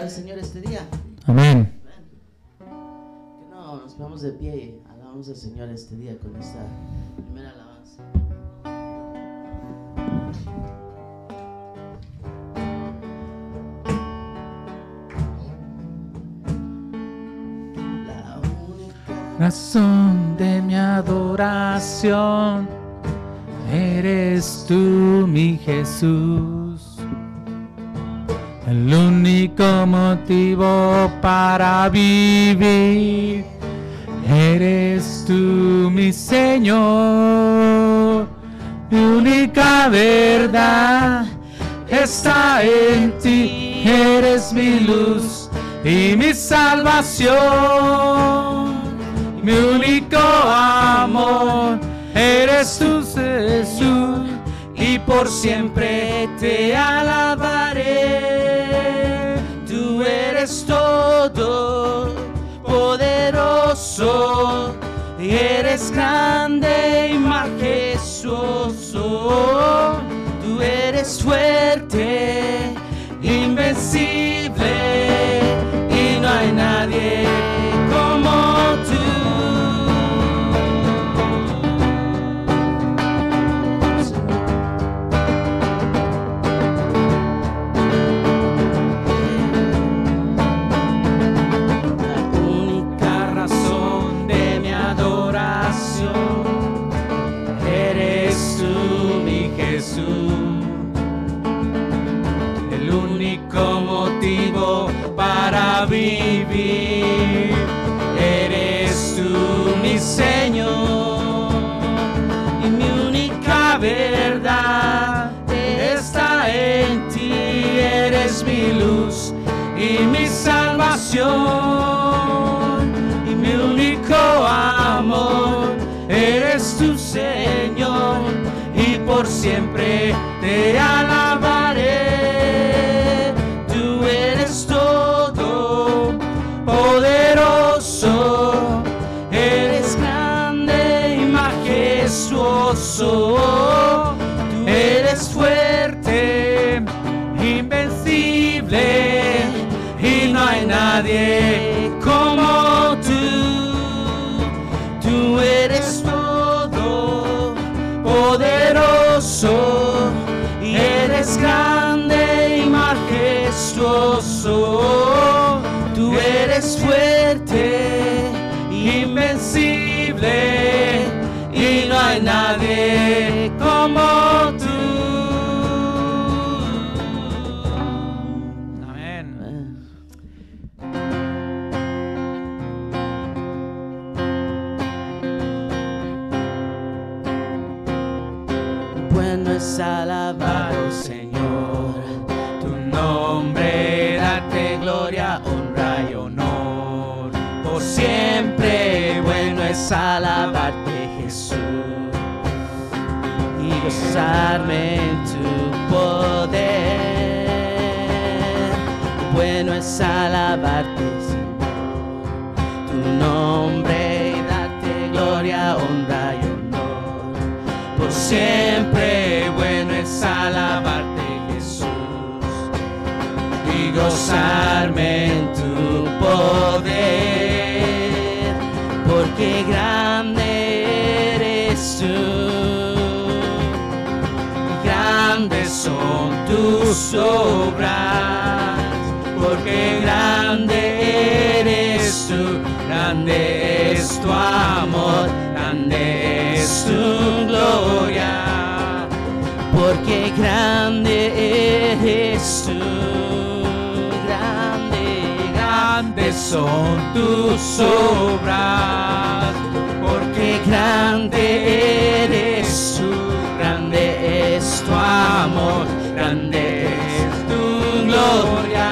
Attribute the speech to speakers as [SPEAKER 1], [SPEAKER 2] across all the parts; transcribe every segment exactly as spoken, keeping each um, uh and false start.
[SPEAKER 1] al Señor este día?
[SPEAKER 2] Amén.
[SPEAKER 1] Que no, nos ponemos de pie y alabamos al Señor este día con esta primera alabanza. La única
[SPEAKER 2] Razón de mi adoración eres tú, mi Jesús. El único motivo para vivir eres tú, mi Señor. Mi única verdad está en ti. Eres mi luz y mi salvación. Mi único amor eres tú, Jesús, y por siempre te alabaré. Tú eres todo poderoso y eres grande y majestuoso. Tú eres fuerte, invencible, y no hay nadie como tú. El único motivo para vivir eres tú, mi Señor, y mi única verdad está en ti. Eres mi luz y mi salvación, y mi único amor eres tu Señor, y por siempre te alabaré. Tú eres todo poderoso, eres grande y majestuoso. Tú eres fuerte, invencible, y no hay nadie como tú. Tú eres todo poderoso y eres grande y majestuoso. Tú eres fuerte, invencible, y no hay nadie como tú. Amén.
[SPEAKER 1] bueno es alabar al Señor, tu nombre, darte gloria, honra y honor. Por siempre bueno es alabarte, Jesús, y gozarme en tu poder. Bueno es alabarte, Señor, tu nombre, darte gloria, honra y honor. Por siempre bueno es alabarte, Jesús, y gozarme en tu poder, porque grande eres tú, grandes son tus obras, porque grande eres tú, grande es tu amor, grande es tu gloria, porque grande eres tú, grande, grandes son tus obras, porque grande eres tú, grande es tu amor, grande es tu gloria,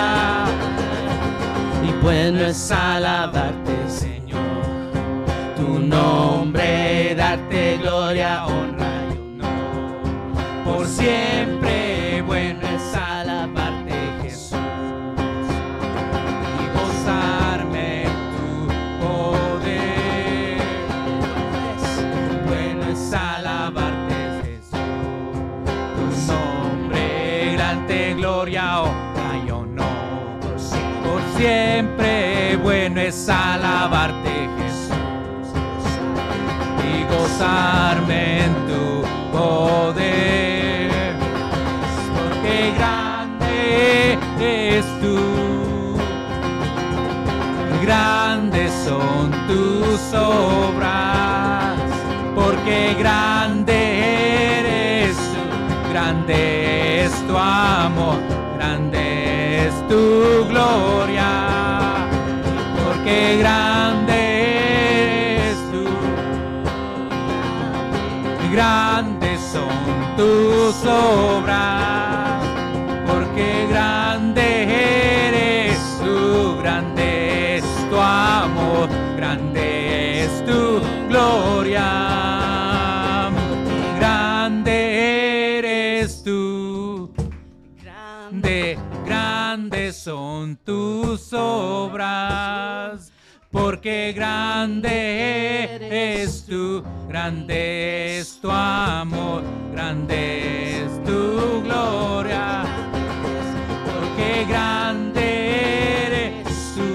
[SPEAKER 1] y bueno es alabarte, Señor, tu nombre, darte gloria, honra y honor. Por siempre bueno es alabarte, Jesús, y gozarme en tu poder. Bueno es alabarte, Jesús, tu nombre, darte gloria, honra y honor.
[SPEAKER 2] siempre bueno es alabarte, Jesús, y gozarme en tu poder, porque grande es tú, grandes son tus obras, porque grande eres tú, grande es tu amor, grande es tu gloria, porque grande eres tú, grandes son tus obras, porque grande eres tú, grande es tu amor, grande es tu gloria, grande eres tú, grande, grandes son tus obras, porque grande eres tú, grande es tu amor, grande es tu gloria, porque grande eres tú,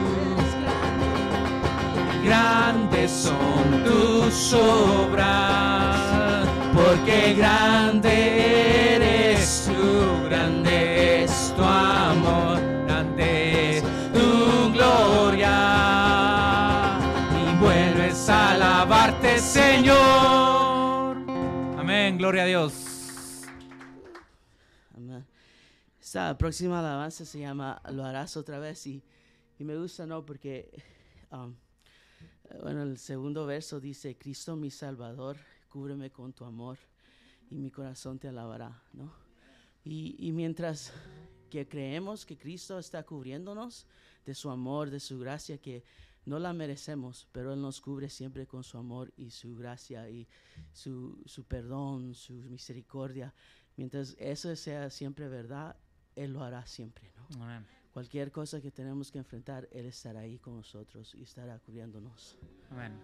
[SPEAKER 2] grandes son tus obras, porque grande eres tú, grande es tu amor, grande es tu gloria, y vuelves a alabarte, Señor. Amén, gloria a Dios.
[SPEAKER 1] Amén. Esta próxima alabanza se llama Lo harás otra vez, y, y me gusta, ¿no? Porque um, bueno, el segundo verso dice: Cristo mi Salvador, cúbreme con tu amor y mi corazón te alabará, ¿no? Y, y mientras que creemos que Cristo está cubriéndonos de su amor, de su gracia, que no la merecemos, pero Él nos cubre siempre con su amor y su gracia y su, su perdón, su misericordia. Mientras eso sea siempre verdad, Él lo hará siempre, ¿no?
[SPEAKER 2] Amén.
[SPEAKER 1] Cualquier cosa que tenemos que enfrentar, Él estará ahí con nosotros y estará cubriéndonos.
[SPEAKER 2] Amén.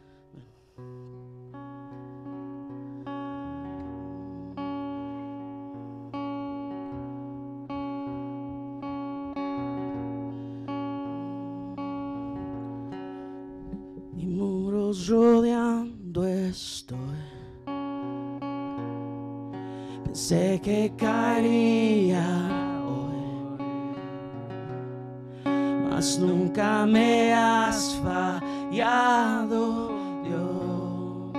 [SPEAKER 1] Y muros rodeando estoy. Pensé que caería hoy, mas nunca me has fallado, Dios.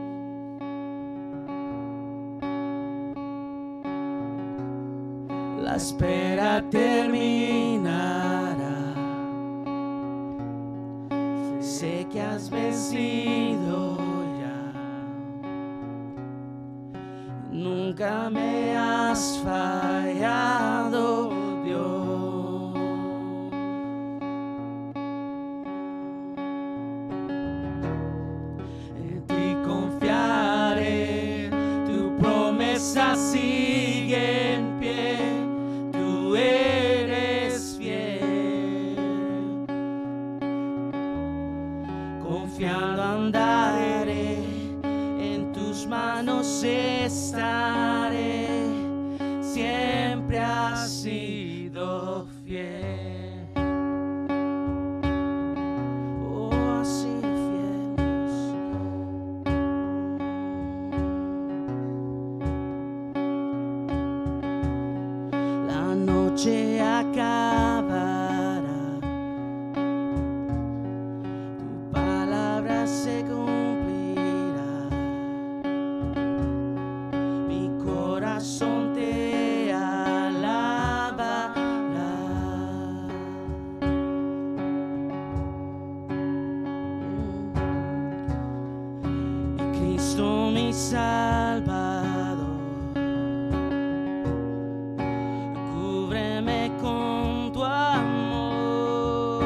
[SPEAKER 1] La espera terminará. Sé que has vencido ya. Nunca me has fallado, Dios. En ti confiaré, tu promesa sigue en pie, tú eres fiel. Confiando andaré, en tus manos estaré, siempre has sido fiel. Oh, has sido fiel, Dios. La noche acabará, tu palabra se cumplirá, mi corazón te alabará. Y Cristo mi Salvador, cúbreme con tu amor,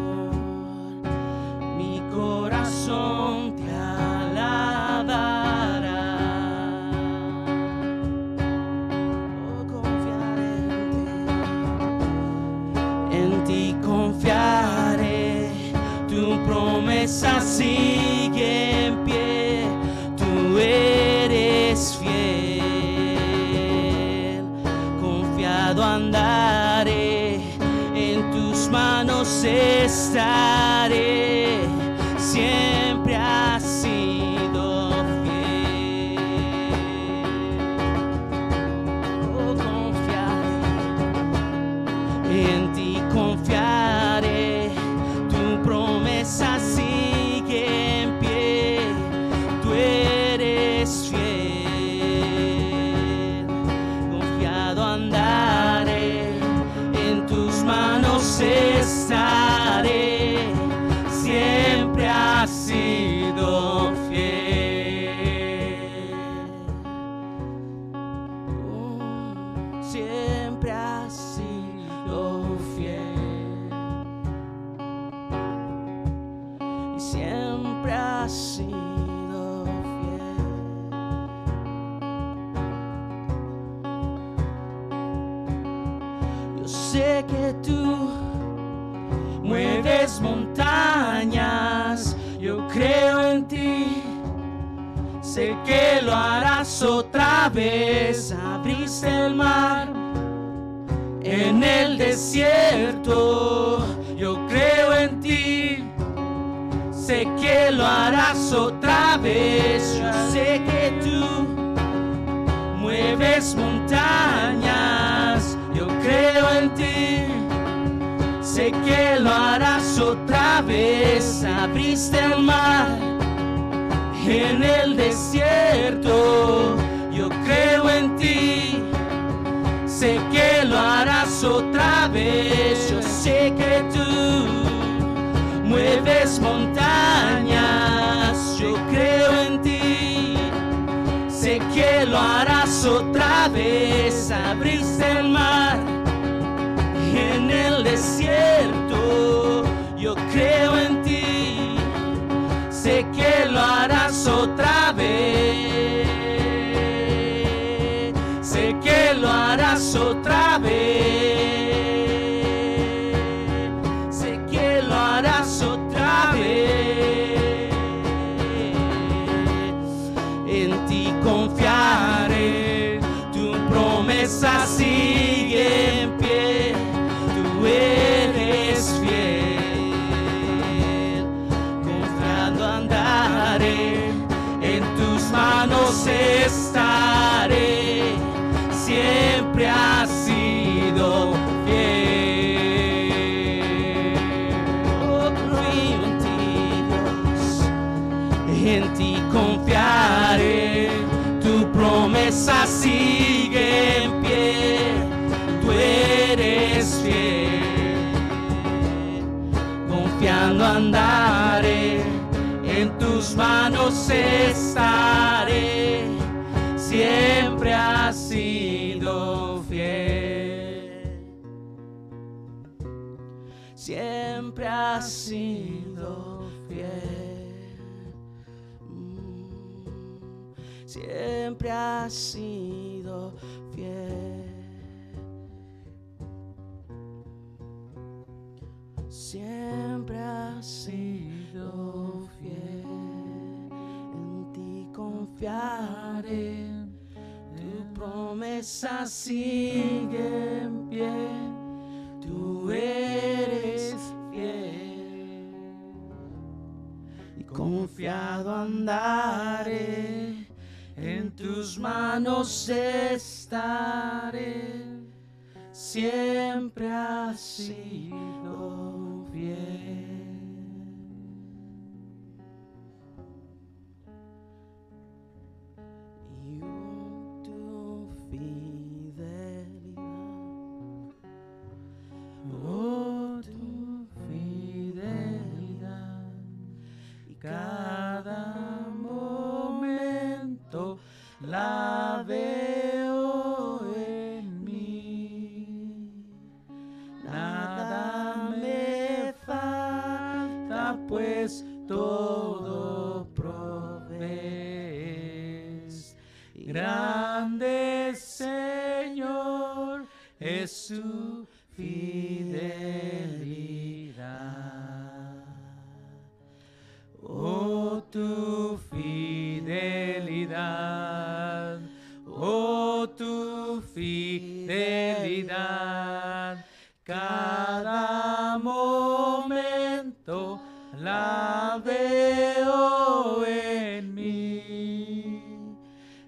[SPEAKER 1] mi corazón te alabará. Oh, confiaré en ti, en ti confiaré, tu promesa sigue en pie, tú eres fiel. Confiado andaré, en tus manos manos estaré, siempre has sido fiel. Oh, confiaré, en ti confiaré, tu promesa sigue en pie, tú eres fiel. Confiado andaré, en tus manos estaré, siempre has sido fiel. Oh, siempre has sido fiel. Y siempre has sido fiel. Yo sé que tú mueves montañas, yo creo en ti, sé que lo harás otra vez. Abriste el mar en el desierto, yo creo en ti, sé que lo harás otra vez. Yo sé que tú mueves montañas, yo creo en ti, sé que lo harás otra vez. Abriste el mar en el desierto, yo creo en ti, sé que lo harás otra vez. Yo sé que tú mueves montañas, yo creo en ti, sé que lo harás otra vez. Abriste el mar en el desierto, yo creo en ti, sé que lo harás otra vez, sé que lo harás otra vez, sé que lo harás otra vez. En ti confiaré, tu promesa sigue en pie, tú eres fiel. Confiando andaré, en tus manos estaré, siempre has sido fiel. Oh, confío en ti, Dios, en ti confiaré, tu promesa sigue en pie, tú eres fiel. Confiando andaré, en tus manos estaré, siempre has sido fiel. Siempre has sido fiel. Mm, siempre has sido fiel. Siempre has sido fiel, en ti confiaré, tu promesa sigue en pie, tú eres fiel. Y confiado andaré, en tus manos estaré, siempre has sido fiel. Y tu fidelidad, oh, tu fidelidad, y cada momento la veo en mí. Nada me falta, pues todo provees. Grande, Señor, es tu fidelidad. Oh, tu fidelidad, oh, tu fidelidad, cada
[SPEAKER 2] cada momento la veo en mí.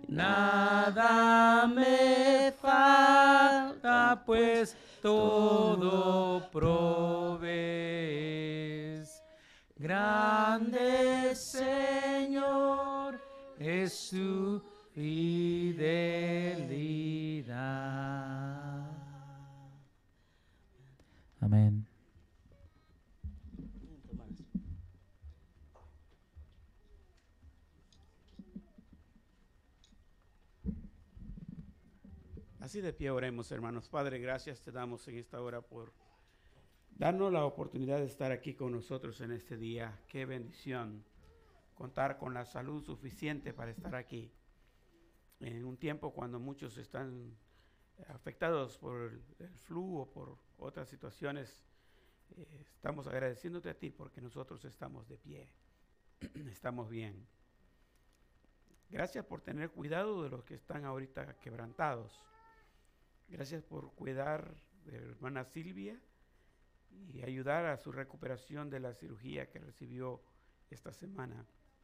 [SPEAKER 2] Nada me falta, pues todo provees. Grande Señor es su fidelidad. Amén.
[SPEAKER 3] Así de pie oremos, hermanos. Padre, gracias te damos en esta hora por darnos la oportunidad de estar aquí con nosotros en este día. Qué bendición contar con la salud suficiente para estar aquí. En un tiempo cuando muchos están afectados por el, el flu o por otras situaciones, eh, estamos agradeciéndote a ti porque nosotros estamos de pie. Estamos bien. Gracias por tener cuidado de los que están ahorita quebrantados. Gracias por cuidar de la hermana Silvia y ayudar a su recuperación de la cirugía que recibió esta semana.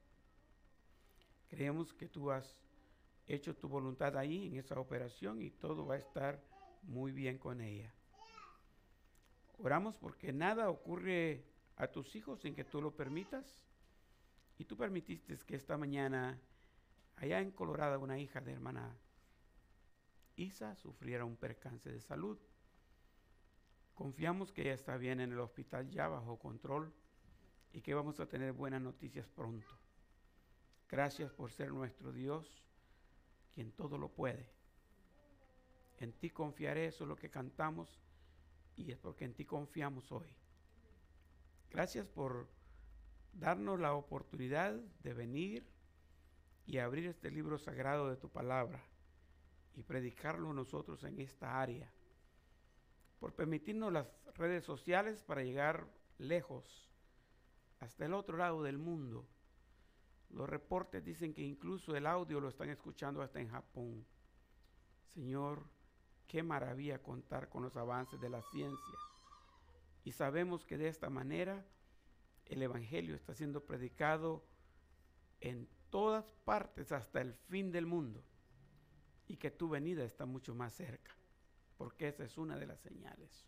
[SPEAKER 3] Creemos que tú has hecho tu voluntad ahí en esa operación y todo va a estar muy bien con ella. Oramos porque nada ocurre a tus hijos sin que tú lo permitas, y tú permitiste que esta mañana allá en Colorado una hija de hermana Isa sufriera un percance de salud. Confiamos que ella está bien en el hospital ya bajo control y que vamos a tener buenas noticias pronto. Gracias por ser nuestro Dios, quien todo lo puede. En ti confiaré, eso es lo que cantamos y es porque en ti confiamos hoy. Gracias por darnos la oportunidad de venir y abrir este libro sagrado de tu palabra y predicarlo nosotros en esta área. Por permitirnos las redes sociales para llegar lejos, hasta el otro lado del mundo. Los reportes dicen que incluso el audio lo están escuchando hasta en Japón. Señor, qué maravilla contar con los avances de la ciencia. Y sabemos que de esta manera el Evangelio está siendo predicado en todas partes hasta el fin del mundo. Y que tu venida está mucho más cerca, porque esa es una de las señales.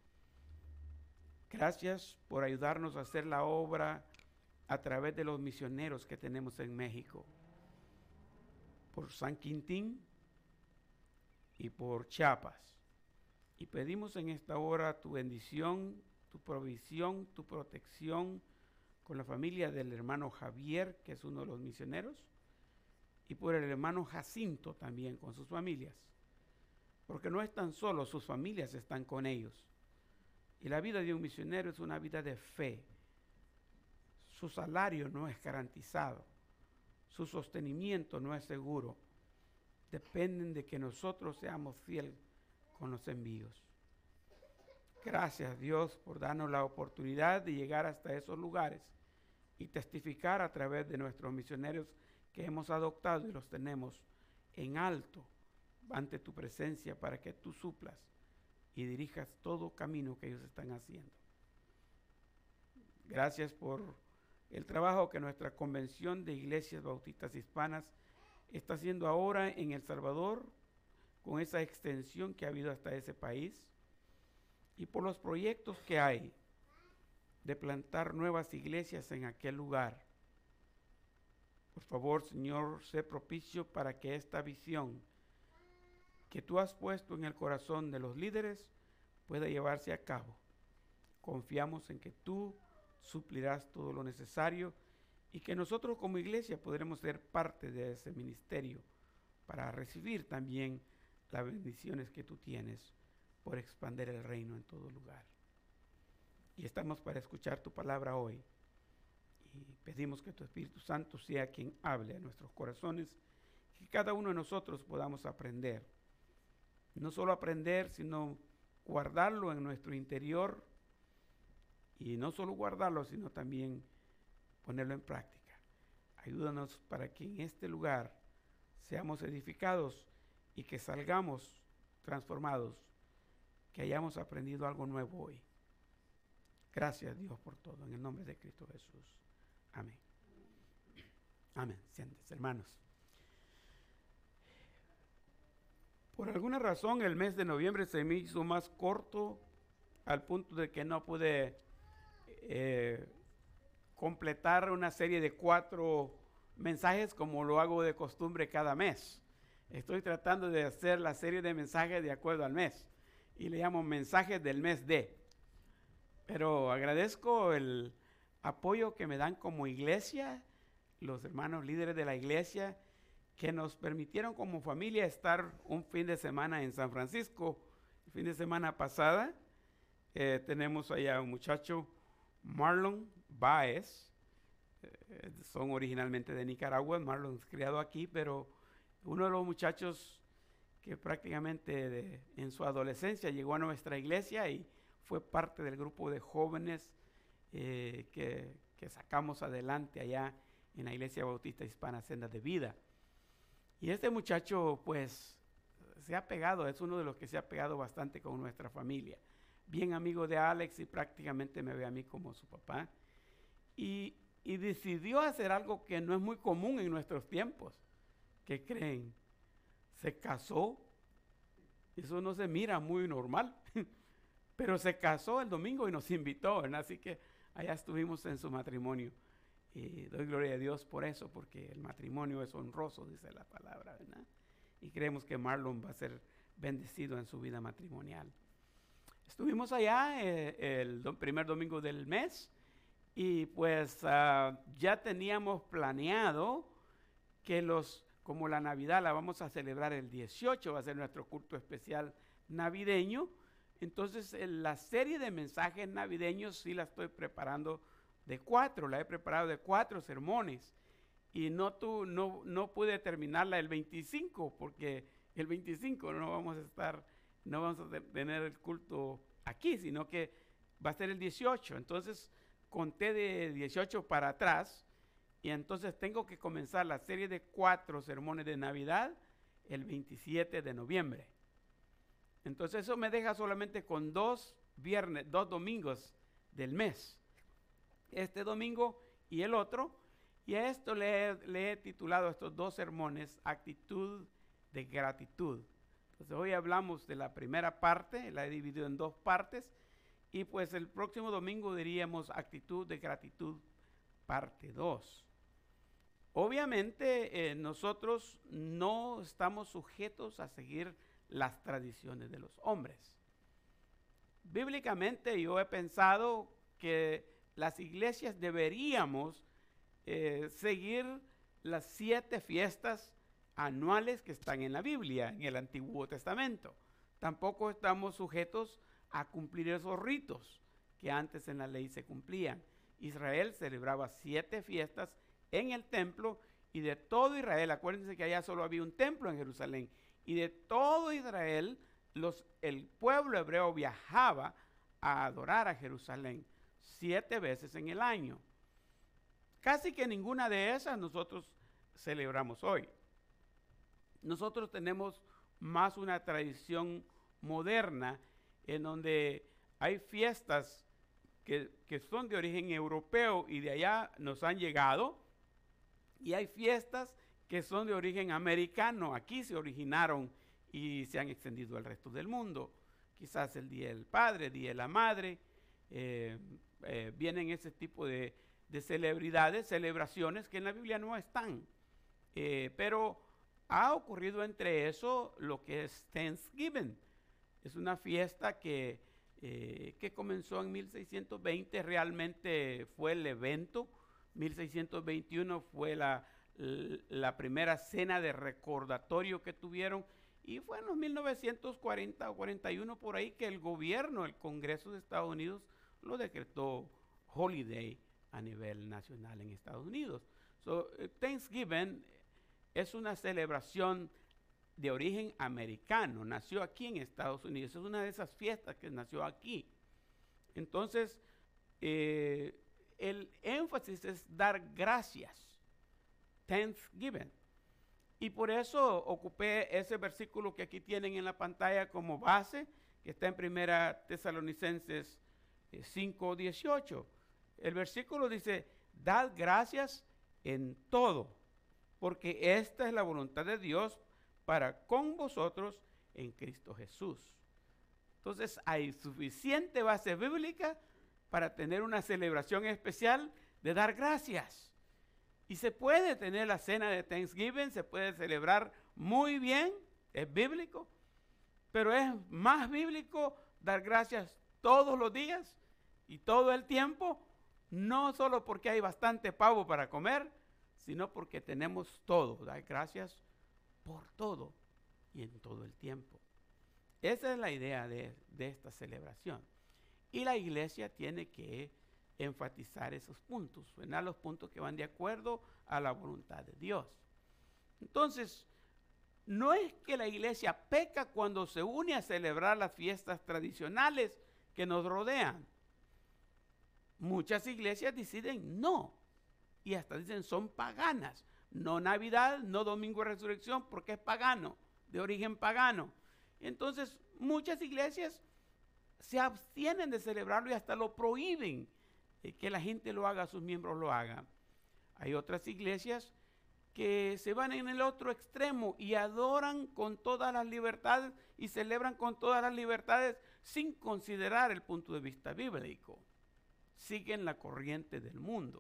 [SPEAKER 3] Gracias por ayudarnos a hacer la obra a través de los misioneros que tenemos en México, por San Quintín y por Chiapas. Y pedimos en esta hora tu bendición, tu provisión, tu protección con la familia del hermano Javier, que es uno de los misioneros, y por el hermano Jacinto también con sus familias, porque no están solos, sus familias están con ellos. Y la vida de un misionero es una vida de fe. Su salario no es garantizado, su sostenimiento no es seguro. Dependen de que nosotros seamos fieles con los envíos. Gracias, Dios, por darnos la oportunidad de llegar hasta esos lugares y testificar a través de nuestros misioneros que hemos adoptado y los tenemos en alto ante tu presencia para que tú suplas y dirijas todo camino que ellos están haciendo. Gracias por el trabajo que nuestra Convención de Iglesias Bautistas Hispanas está haciendo ahora en El Salvador, con esa extensión que ha habido hasta ese país, y por los proyectos que hay de plantar nuevas iglesias en aquel lugar. Por favor, Señor, sé propicio para que esta visión que tú has puesto en el corazón de los líderes pueda llevarse a cabo. Confiamos en que tú suplirás todo lo necesario y que nosotros como iglesia podremos ser parte de ese ministerio para recibir también las bendiciones que tú tienes por expandir el reino en todo lugar. Y estamos para escuchar tu palabra hoy. Y pedimos que tu Espíritu Santo sea quien hable a nuestros corazones, que cada uno de nosotros podamos aprender. No solo aprender, sino guardarlo en nuestro interior. Y no solo guardarlo, sino también ponerlo en práctica. Ayúdanos para que en este lugar seamos edificados y que salgamos transformados, que hayamos aprendido algo nuevo hoy. Gracias, Dios, por todo. En el nombre de Cristo Jesús. Amén. Amén. Siéntense, hermanos. Por alguna razón, el mes de noviembre se me hizo más corto al punto de que no pude eh, completar una serie de cuatro mensajes como lo hago de costumbre cada mes. Estoy tratando de hacer la serie de mensajes de acuerdo al mes y le llamo mensajes del mes de. Pero agradezco el apoyo que me dan como iglesia, los hermanos líderes de la iglesia, que nos permitieron como familia estar un fin de semana en San Francisco. El fin de semana pasada eh, tenemos allá un muchacho, Marlon Baez, eh, son originalmente de Nicaragua. Marlon es criado aquí, pero uno de los muchachos que prácticamente de, en su adolescencia llegó a nuestra iglesia y fue parte del grupo de jóvenes eh, que, que sacamos adelante allá en la Iglesia Bautista Hispana Senda de Vida. Y este muchacho pues se ha pegado, es uno de los que se ha pegado bastante con nuestra familia. Bien amigo de Alex y prácticamente me ve a mí como su papá. Y, y decidió hacer algo que no es muy común en nuestros tiempos. ¿Qué creen? Se casó. Eso no se mira muy normal. Pero se casó el domingo y nos invitó, ¿verdad? Así que allá estuvimos en su matrimonio. Y doy gloria a Dios por eso, porque el matrimonio es honroso, dice la palabra, ¿verdad? Y creemos que Marlon va a ser bendecido en su vida matrimonial. Estuvimos allá eh, el do- primer domingo del mes y pues uh, ya teníamos planeado que los, como la Navidad la vamos a celebrar el dieciocho, va a ser nuestro culto especial navideño. Entonces en la serie de mensajes navideños sí la estoy preparando de cuatro, la he preparado de cuatro sermones y no, tu, no, no pude terminarla el veinticinco porque el veinticinco no vamos a estar, no vamos a tener el culto aquí, sino que va a ser el dieciocho. Entonces conté de dieciocho para atrás y entonces tengo que comenzar la serie de cuatro sermones de Navidad el veintisiete de noviembre. Entonces eso me deja solamente con dos viernes, dos domingos del mes. Este domingo y el otro. Y a esto le he, le he titulado a estos dos sermones Actitud de Gratitud. Entonces hoy hablamos de la primera parte, la he dividido en dos partes. Y pues el próximo domingo diríamos Actitud de Gratitud parte dos. Obviamente eh, nosotros no estamos sujetos a seguir las tradiciones de los hombres. Bíblicamente yo he pensado que las iglesias deberíamos eh, seguir las siete fiestas anuales que están en la Biblia, en el Antiguo Testamento. Tampoco estamos sujetos a cumplir esos ritos que antes en la ley se cumplían. Israel celebraba siete fiestas en el templo y de todo Israel, acuérdense que allá solo había un templo en Jerusalén, y de todo Israel, los, el pueblo hebreo viajaba a adorar a Jerusalén siete veces en el año. Casi que ninguna de esas nosotros celebramos hoy. Nosotros tenemos más una tradición moderna en donde hay fiestas que, que son de origen europeo y de allá nos han llegado, y hay fiestas que son de origen americano, aquí se originaron y se han extendido al resto del mundo. Quizás el Día del Padre, el Día de la Madre, eh, eh, vienen ese tipo de, de celebridades, celebraciones que en la Biblia no están. Eh, pero ha ocurrido entre eso lo que es Thanksgiving. Es una fiesta que, eh, que comenzó en mil seiscientos veinte, realmente fue el evento. mil seiscientos veintiuno fue la la primera cena de recordatorio que tuvieron, y fue en los mil novecientos cuarenta o cuarenta y uno por ahí que el gobierno, el Congreso de Estados Unidos lo decretó holiday a nivel nacional en Estados Unidos. So, Thanksgiving es una celebración de origen americano, nació aquí en Estados Unidos, es una de esas fiestas que nació aquí. Entonces, eh, el énfasis es dar gracias. Thanksgiving. Y por eso ocupé ese versículo que aquí tienen en la pantalla como base, que está en Primera Tesalonicenses cinco dieciocho. El versículo dice, dad gracias en todo, porque esta es la voluntad de Dios para con vosotros en Cristo Jesús. Entonces hay suficiente base bíblica para tener una celebración especial de dar gracias. Y se puede tener la cena de Thanksgiving, se puede celebrar muy bien, es bíblico, pero es más bíblico dar gracias todos los días y todo el tiempo, no solo porque hay bastante pavo para comer, sino porque tenemos todo. Dar gracias por todo y en todo el tiempo. Esa es la idea de, de esta celebración. Y la iglesia tiene que enfatizar esos puntos, ¿verdad? Los puntos que van de acuerdo a la voluntad de Dios. Entonces, no es que la iglesia peca cuando se une a celebrar las fiestas tradicionales que nos rodean. Muchas iglesias deciden no, y hasta dicen son paganas. No Navidad, no Domingo de Resurrección, porque es pagano, de origen pagano. Entonces, muchas iglesias se abstienen de celebrarlo y hasta lo prohíben, eh, que la gente lo haga, sus miembros lo hagan. Hay otras iglesias que se van en el otro extremo y adoran con todas las libertades y celebran con todas las libertades sin considerar el punto de vista bíblico. Siguen la corriente del mundo.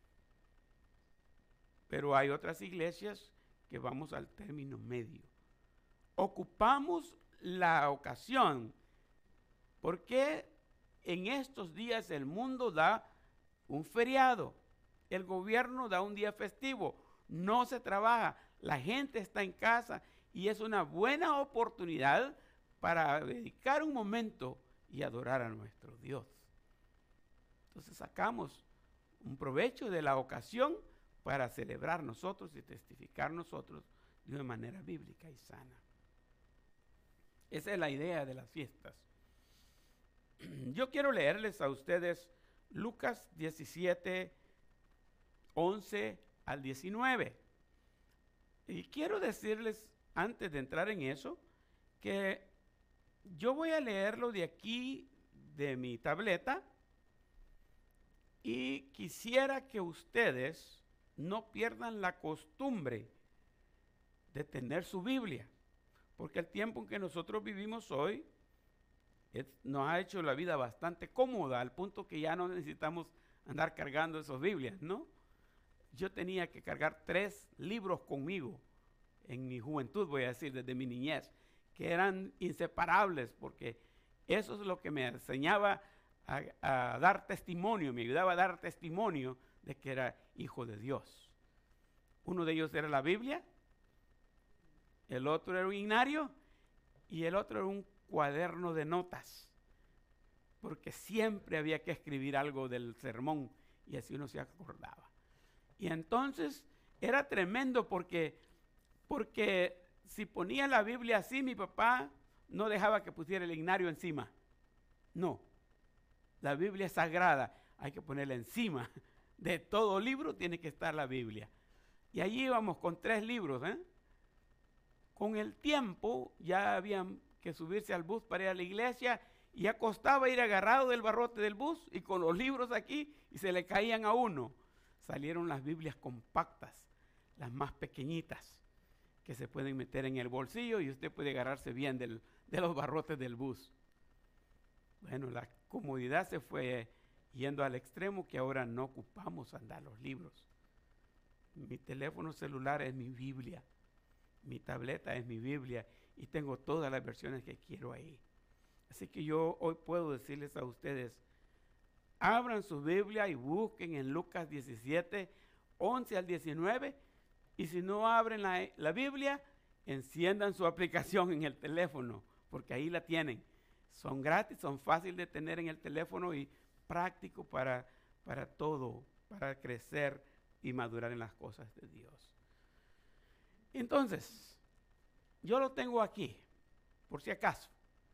[SPEAKER 3] Pero hay otras iglesias que vamos al término medio. Ocupamos la ocasión porque en estos días el mundo da un feriado, el gobierno da un día festivo, no se trabaja, la gente está en casa y es una buena oportunidad para dedicar un momento y adorar a nuestro Dios. Entonces sacamos un provecho de la ocasión para celebrar nosotros y testificar nosotros de una manera bíblica y sana. Esa es la idea de las fiestas. Yo quiero leerles a ustedes Lucas diecisiete, once al diecinueve. Y quiero decirles, antes de entrar en eso, que yo voy a leerlo de aquí, de mi tableta, y quisiera que ustedes no pierdan la costumbre de tener su Biblia, porque el tiempo en que nosotros vivimos hoy es, nos ha hecho la vida bastante cómoda, al punto que ya no necesitamos andar cargando esas Biblias, ¿no? Yo tenía que cargar tres libros conmigo en mi juventud, voy a decir, desde mi niñez, que eran inseparables, porque eso es lo que me enseñaba a, a dar testimonio, me ayudaba a dar testimonio de que era hijo de Dios. Uno de ellos era la Biblia, el otro era un himnario y el otro era un cuaderno de notas, porque siempre había que escribir algo del sermón y así uno se acordaba. Y entonces era tremendo porque, porque si ponía la Biblia así, mi papá no dejaba que pusiera el himnario encima. No, la Biblia es sagrada, hay que ponerla encima. De todo libro tiene que estar la Biblia. Y allí íbamos con tres libros, ¿eh? Con el tiempo ya habían que subirse al bus para ir a la iglesia y ya costaba ir agarrado del barrote del bus y con los libros aquí y se le caían a uno. Salieron las Biblias compactas, las más pequeñitas, que se pueden meter en el bolsillo y usted puede agarrarse bien del, de los barrotes del bus. Bueno, la comodidad se fue yendo al extremo que ahora no ocupamos andar los libros. Mi teléfono celular es mi Biblia, mi tableta es mi Biblia y tengo todas las versiones que quiero ahí. Así que yo hoy puedo decirles a ustedes, abran su Biblia y busquen en Lucas diecisiete, once al diecinueve, y si no abren la, la Biblia, enciendan su aplicación en el teléfono, porque ahí la tienen. Son gratis, son fáciles de tener en el teléfono y práctico para, para todo, para crecer y madurar en las cosas de Dios. Entonces, yo lo tengo aquí, por si acaso.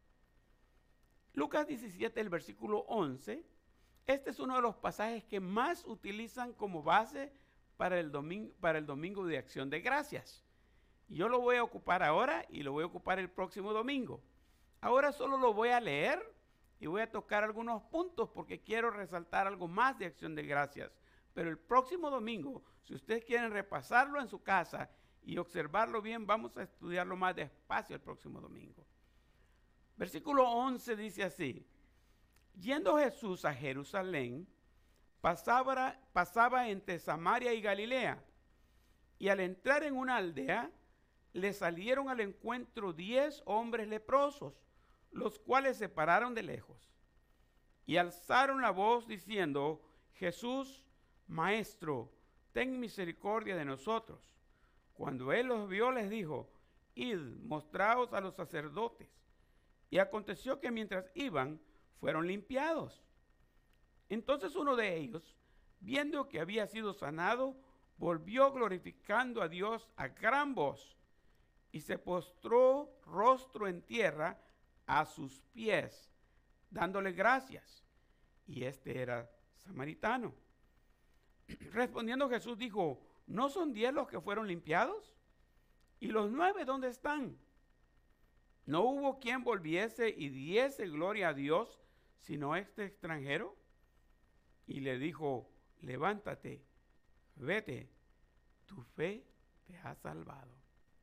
[SPEAKER 3] Lucas diecisiete, el versículo once, este es uno de los pasajes que más utilizan como base para el domingo, para el domingo de Acción de Gracias. Yo lo voy a ocupar ahora y lo voy a ocupar el próximo domingo. Ahora solo lo voy a leer y voy a tocar algunos puntos porque quiero resaltar algo más de acción de gracias. Pero el próximo domingo, si ustedes quieren repasarlo en su casa y observarlo bien, vamos a estudiarlo más despacio el próximo domingo. Versículo once dice así: yendo Jesús a Jerusalén, pasaba, pasaba entre Samaria y Galilea, y al entrar en una aldea, le salieron al encuentro diez hombres leprosos, los cuales se pararon de lejos, y alzaron la voz diciendo: Jesús, Maestro, ten misericordia de nosotros. Cuando él los vio, les dijo: id, mostraos a los sacerdotes. Y aconteció que mientras iban, fueron limpiados. Entonces uno de ellos, viendo que había sido sanado, volvió glorificando a Dios a gran voz, y se postró rostro en tierra a sus pies, dándole gracias. Y este era samaritano. Respondiendo Jesús dijo: ¿no son diez los que fueron limpiados? ¿Y los nueve dónde están? ¿No hubo quien volviese y diese gloria a Dios, sino este extranjero? Y le dijo: levántate, vete, tu fe te ha salvado.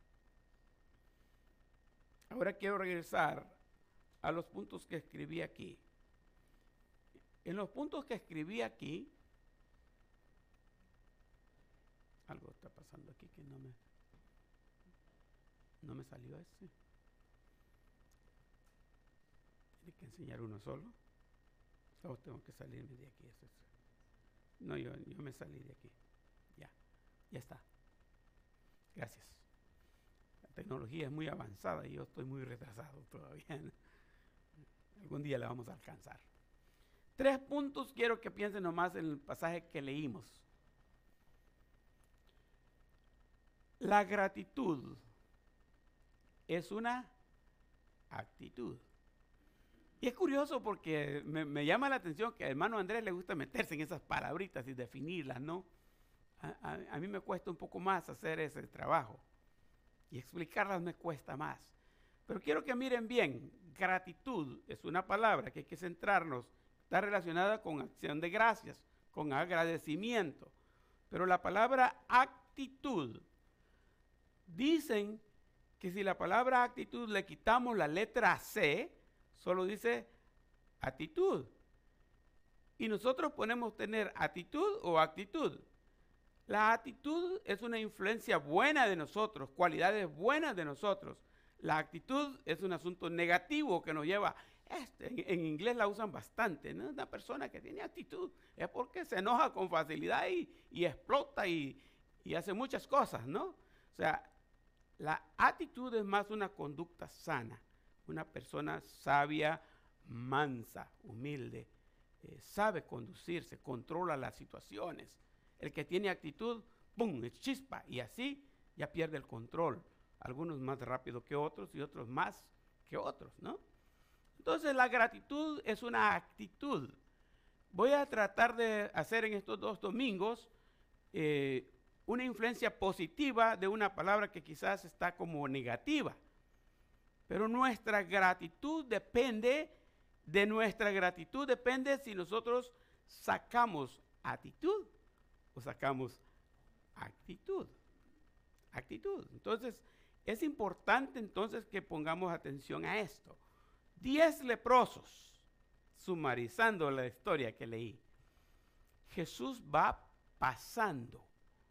[SPEAKER 3] Ahora quiero regresar a los puntos que escribí aquí. En los puntos que escribí aquí, algo está pasando aquí que no me, no me salió ese. Tiene que enseñar uno solo. O tengo que salirme de aquí. Eso es. No, yo, yo me salí de aquí. Ya, ya está. Gracias. La tecnología es muy avanzada y yo estoy muy retrasado todavía, ¿no? Algún día la vamos a alcanzar. Tres puntos quiero que piensen nomás en el pasaje que leímos. La gratitud es una actitud. Y es curioso porque me, me llama la atención que al hermano Andrés le gusta meterse en esas palabritas y definirlas, ¿no? A, a, a mí me cuesta un poco más hacer ese trabajo y explicarlas me cuesta más. Pero quiero que miren bien, gratitud es una palabra que hay que centrarnos, está relacionada con acción de gracias, con agradecimiento. Pero la palabra actitud, dicen que si la palabra actitud le quitamos la letra C, solo dice actitud. Y nosotros podemos tener actitud o actitud. La actitud es una influencia buena de nosotros, cualidades buenas de nosotros. La actitud es un asunto negativo que nos lleva, este, en, en inglés la usan bastante, ¿no? Una persona que tiene actitud es porque se enoja con facilidad y, y explota y, y hace muchas cosas, ¿no? O sea, la actitud es más una conducta sana, una persona sabia, mansa, humilde, eh, sabe conducirse, controla las situaciones. El que tiene actitud, ¡pum!, es chispa y así ya pierde el control. Algunos más rápido que otros y otros más que otros, ¿no? Entonces la gratitud es una actitud. Voy a tratar de hacer en estos dos domingos eh, una influencia positiva de una palabra que quizás está como negativa. Pero nuestra gratitud depende, de nuestra gratitud depende si nosotros sacamos actitud o sacamos actitud. Actitud. Entonces, es importante entonces que pongamos atención a esto. Diez leprosos, sumarizando la historia que leí. Jesús va pasando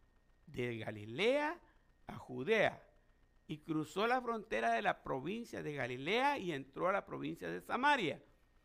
[SPEAKER 3] de Galilea a Judea y cruzó la frontera de la provincia de Galilea y entró a la provincia de Samaria.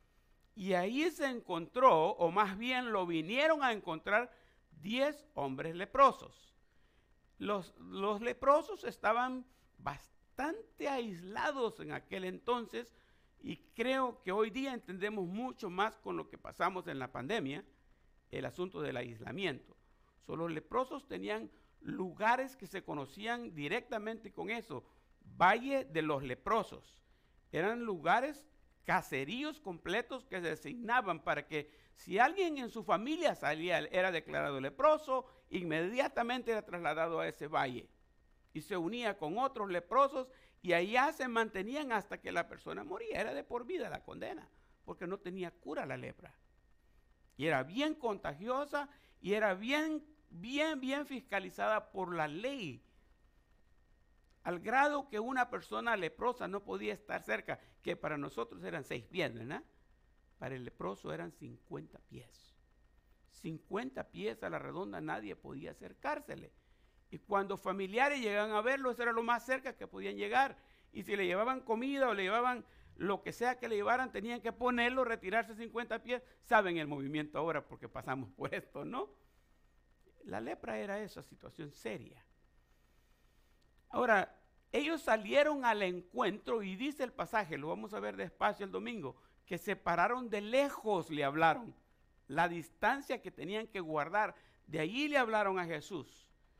[SPEAKER 3] Y ahí se encontró, o más bien lo vinieron a encontrar, diez hombres leprosos. Los, los leprosos estaban bastante aislados en aquel entonces y creo que hoy día entendemos mucho más con lo que pasamos en la pandemia, el asunto del aislamiento. So, los leprosos tenían lugares que se conocían directamente con eso, Valle de los Leprosos. Eran lugares, caseríos completos que se designaban para que si alguien en su familia salía, era declarado leproso, inmediatamente era trasladado a ese valle y se unía con otros leprosos y allá se mantenían hasta que la persona moría. Era de por vida la condena, porque no tenía cura la lepra. Y era bien contagiosa y era bien, bien, bien fiscalizada por la ley. Al grado que una persona leprosa no podía estar cerca, que para nosotros eran seis pies, ¿verdad? Para el leproso eran cincuenta pies. cincuenta pies a la redonda, nadie podía acercársele. Y cuando familiares llegaban a verlo, eso era lo más cerca que podían llegar. Y si le llevaban comida o le llevaban lo que sea que le llevaran, tenían que ponerlo, retirarse cincuenta pies. Saben el movimiento ahora porque pasamos por esto, ¿no? La lepra era esa situación seria. Ahora, ellos salieron al encuentro y dice el pasaje, lo vamos a ver despacio el domingo, que se pararon de lejos, le hablaron. La distancia que tenían que guardar, de allí le hablaron a Jesús.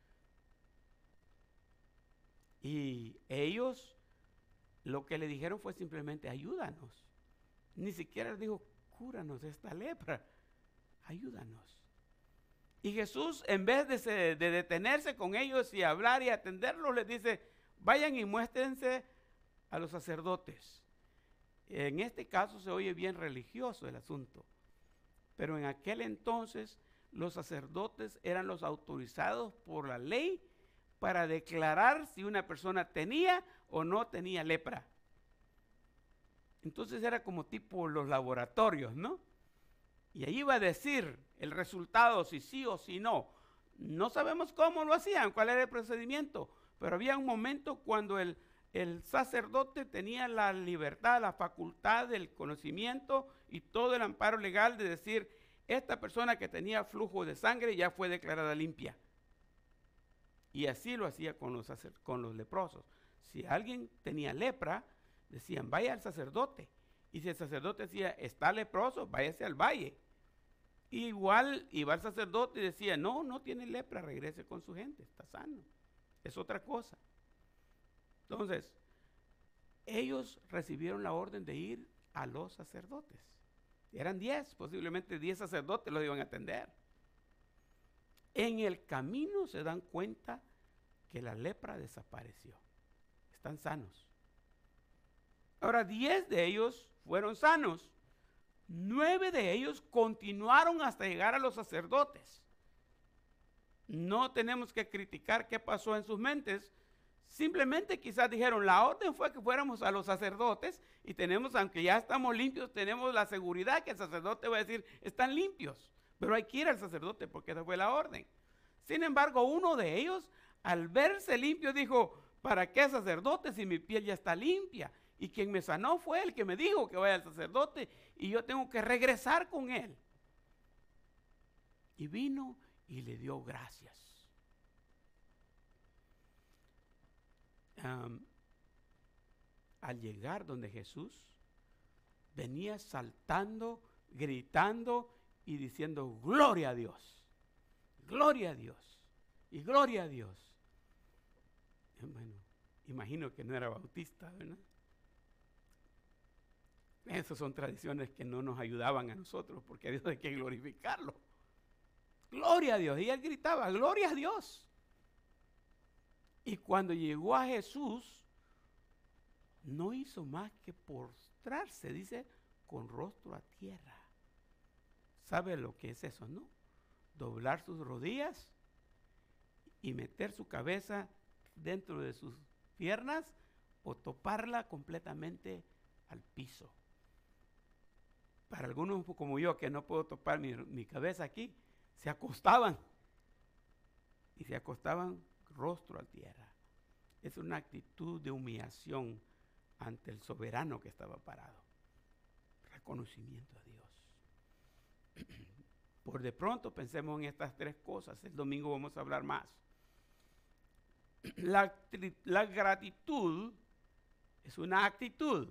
[SPEAKER 3] Y ellos lo que le dijeron fue simplemente ayúdanos. Ni siquiera les dijo, cúranos de esta lepra, ayúdanos. Y Jesús, en vez de, se, de detenerse con ellos y hablar y atenderlos, les dice, vayan y muéstrense a los sacerdotes. En este caso se oye bien religioso el asunto, pero en aquel entonces los sacerdotes eran los autorizados por la ley para declarar si una persona tenía o no tenía lepra. Entonces era como tipo los laboratorios, ¿no? Y ahí iba a decir el resultado, si sí o si no. No sabemos cómo lo hacían, cuál era el procedimiento, pero había un momento cuando el, el sacerdote tenía la libertad, la facultad del conocimiento y todo el amparo legal de decir, esta persona que tenía flujo de sangre ya fue declarada limpia. Y así lo hacía con los, con los leprosos. Si alguien tenía lepra, decían, vaya al sacerdote. Y si el sacerdote decía, está leproso, váyase al valle. Y igual iba al sacerdote y decía, no, no tiene lepra, regrese con su gente, está sano. Es otra cosa. Entonces, ellos recibieron la orden de ir a los sacerdotes. Eran diez, posiblemente diez sacerdotes los iban a atender. En el camino se dan cuenta que la lepra desapareció. Están sanos. Ahora, diez de ellos fueron sanos. Nueve de ellos continuaron hasta llegar a los sacerdotes. No tenemos que criticar qué pasó en sus mentes. Simplemente quizás dijeron, la orden fue que fuéramos a los sacerdotes y tenemos, aunque ya estamos limpios, tenemos la seguridad que el sacerdote va a decir, están limpios. Pero hay que ir al sacerdote porque esa fue la orden. Sin embargo, uno de ellos, al verse limpio, dijo, ¿para qué sacerdote si mi piel ya está limpia? Y quien me sanó fue el que me dijo que vaya al sacerdote y yo tengo que regresar con él. Y vino y le dio gracias. Um, al llegar donde Jesús, venía saltando, gritando y diciendo, gloria a Dios, gloria a Dios y gloria a Dios. Bueno, imagino que no era bautista, ¿verdad? Esas son tradiciones que no nos ayudaban a nosotros, porque a Dios hay que glorificarlo. Gloria a Dios. Y él gritaba, gloria a Dios. Y cuando llegó a Jesús, no hizo más que postrarse, dice, con rostro a tierra. ¿Sabe lo que es eso, no? Doblar sus rodillas y meter su cabeza dentro de sus piernas o toparla completamente al piso. Para algunos como yo, que no puedo topar mi, mi cabeza aquí, se acostaban. Y se acostaban rostro a tierra. Es una actitud de humillación ante el soberano que estaba parado. Reconocimiento a Dios. Por de pronto pensemos en estas tres cosas. El domingo vamos a hablar más. La, la gratitud es una actitud.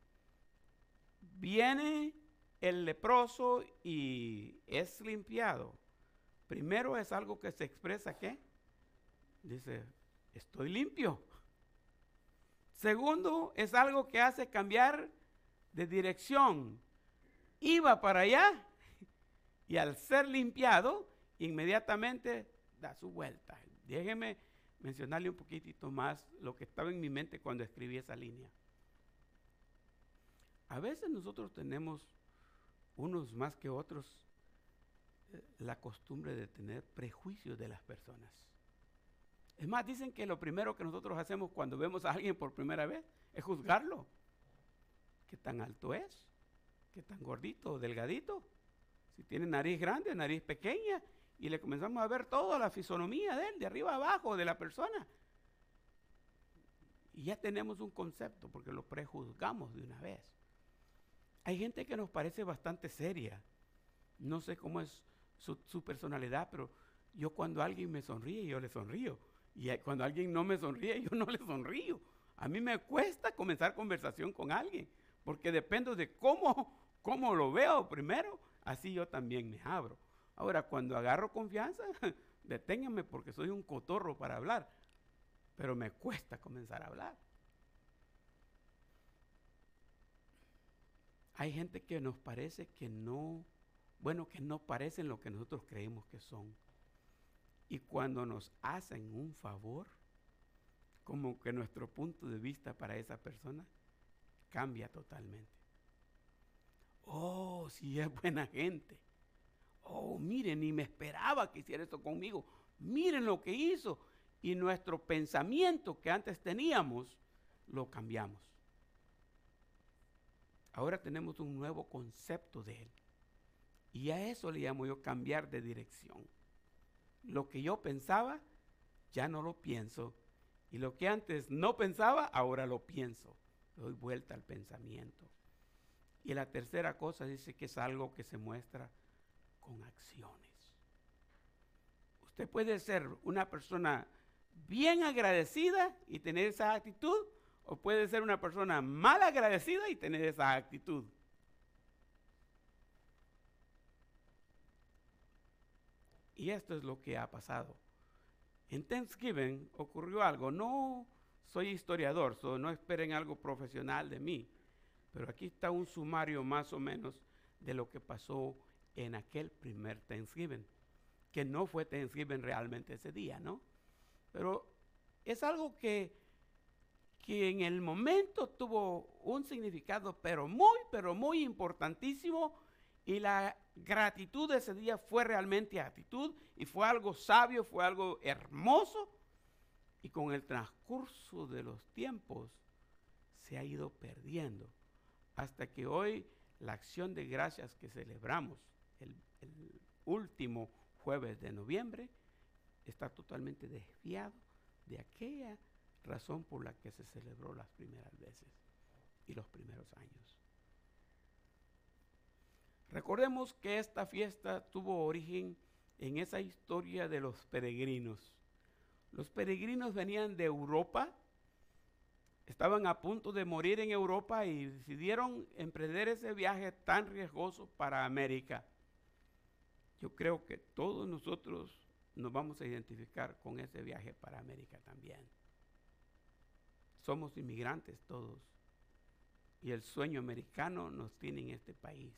[SPEAKER 3] Viene el leproso y es limpiado. Primero es algo que se expresa, ¿qué? Dice, estoy limpio. Segundo, es algo que hace cambiar de dirección. Iba para allá y al ser limpiado, inmediatamente da su vuelta. Déjeme mencionarle un poquitito más lo que estaba en mi mente cuando escribí esa línea. A veces nosotros tenemos, unos más que otros, eh, la costumbre de tener prejuicios de las personas. Es más, dicen que lo primero que nosotros hacemos cuando vemos a alguien por primera vez es juzgarlo. ¿Qué tan alto es? ¿Qué tan gordito o delgadito? Si tiene nariz grande, nariz pequeña, y le comenzamos a ver toda la fisonomía de él, de arriba a abajo, de la persona. Y ya tenemos un concepto, porque lo prejuzgamos de una vez. Hay gente que nos parece bastante seria. No sé cómo es su, su personalidad, pero yo cuando alguien me sonríe, yo le sonrío. Y cuando alguien no me sonríe, yo no le sonrío. A mí me cuesta comenzar conversación con alguien, porque depende de cómo, cómo lo veo primero, así yo también me abro. Ahora, cuando agarro confianza, deténganme porque soy un cotorro para hablar, pero me cuesta comenzar a hablar. Hay gente que nos parece que no, bueno, que no parecen lo que nosotros creemos que son. Y cuando nos hacen un favor, como que nuestro punto de vista para esa persona cambia totalmente. Oh, si es buena gente. Oh, miren, ni me esperaba que hiciera esto conmigo. Miren lo que hizo. Y nuestro pensamiento que antes teníamos, lo cambiamos. Ahora tenemos un nuevo concepto de él. Y a eso le llamo yo cambiar de dirección. Lo que yo pensaba, ya no lo pienso. Y lo que antes no pensaba, ahora lo pienso. Doy vuelta al pensamiento. Y la tercera cosa dice que es algo que se muestra con acciones. Usted puede ser una persona bien agradecida y tener esa actitud, o puede ser una persona mal agradecida y tener esa actitud. Y esto es lo que ha pasado. En Thanksgiving ocurrió algo. No soy historiador, so no esperen algo profesional de mí, pero aquí está un sumario más o menos de lo que pasó en aquel primer Thanksgiving, que no fue Thanksgiving realmente ese día, ¿no? Pero es algo que, que en el momento tuvo un significado, pero muy, pero muy importantísimo, y la gratitud de ese día fue realmente actitud, y fue algo sabio, fue algo hermoso, y con el transcurso de los tiempos se ha ido perdiendo, hasta que hoy la acción de gracias que celebramos el, el último jueves de noviembre está totalmente desviado de aquella razón por la que se celebró las primeras veces y los primeros años. Recordemos que esta fiesta tuvo origen en esa historia de los peregrinos. Los peregrinos venían de Europa, estaban a punto de morir en Europa y decidieron emprender ese viaje tan riesgoso para América. Yo creo que todos nosotros nos vamos a identificar con ese viaje para América también. Somos inmigrantes todos y el sueño americano nos tiene en este país.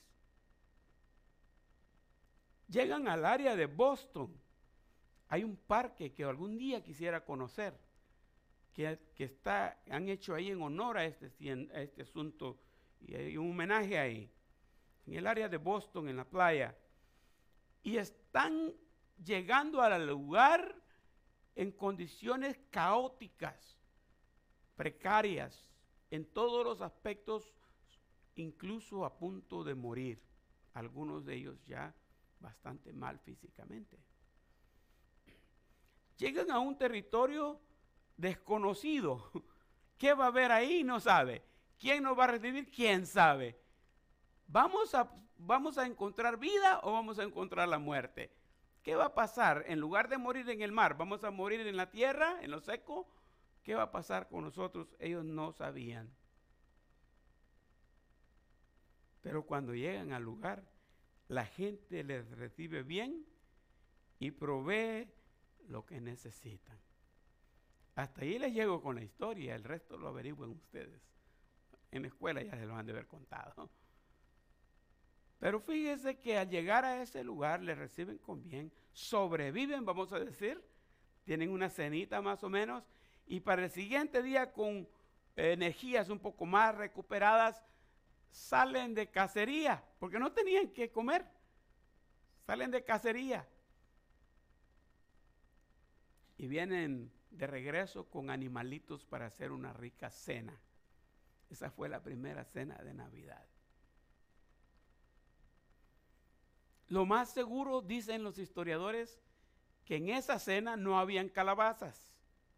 [SPEAKER 3] Llegan al área de Boston. Hay un parque que algún día quisiera conocer, que, que está, han hecho ahí en honor a este, a este asunto, y hay un homenaje ahí, en el área de Boston, en la playa. Y están llegando al lugar en condiciones caóticas, precarias, en todos los aspectos, incluso a punto de morir. Algunos de ellos ya bastante mal físicamente. Llegan a un territorio desconocido. ¿Qué va a haber ahí? No sabe. ¿Quién nos va a recibir? ¿Quién sabe? ¿Vamos a, vamos a encontrar vida o vamos a encontrar la muerte? ¿Qué va a pasar? En lugar de morir en el mar, ¿vamos a morir en la tierra, en lo seco? ¿Qué va a pasar con nosotros? Ellos no sabían. Pero cuando llegan al lugar, la gente les recibe bien y provee lo que necesitan. Hasta ahí les llego con la historia, el resto lo averigüen ustedes. En la escuela ya se los han de haber contado. Pero fíjense que al llegar a ese lugar les reciben con bien, sobreviven, vamos a decir, tienen una cenita más o menos, y para el siguiente día con energías un poco más recuperadas, salen de cacería, porque no tenían que comer. Salen de cacería. Y vienen de regreso con animalitos para hacer una rica cena. Esa fue la primera cena de Navidad. Lo más seguro, dicen los historiadores, que en esa cena no habían calabazas.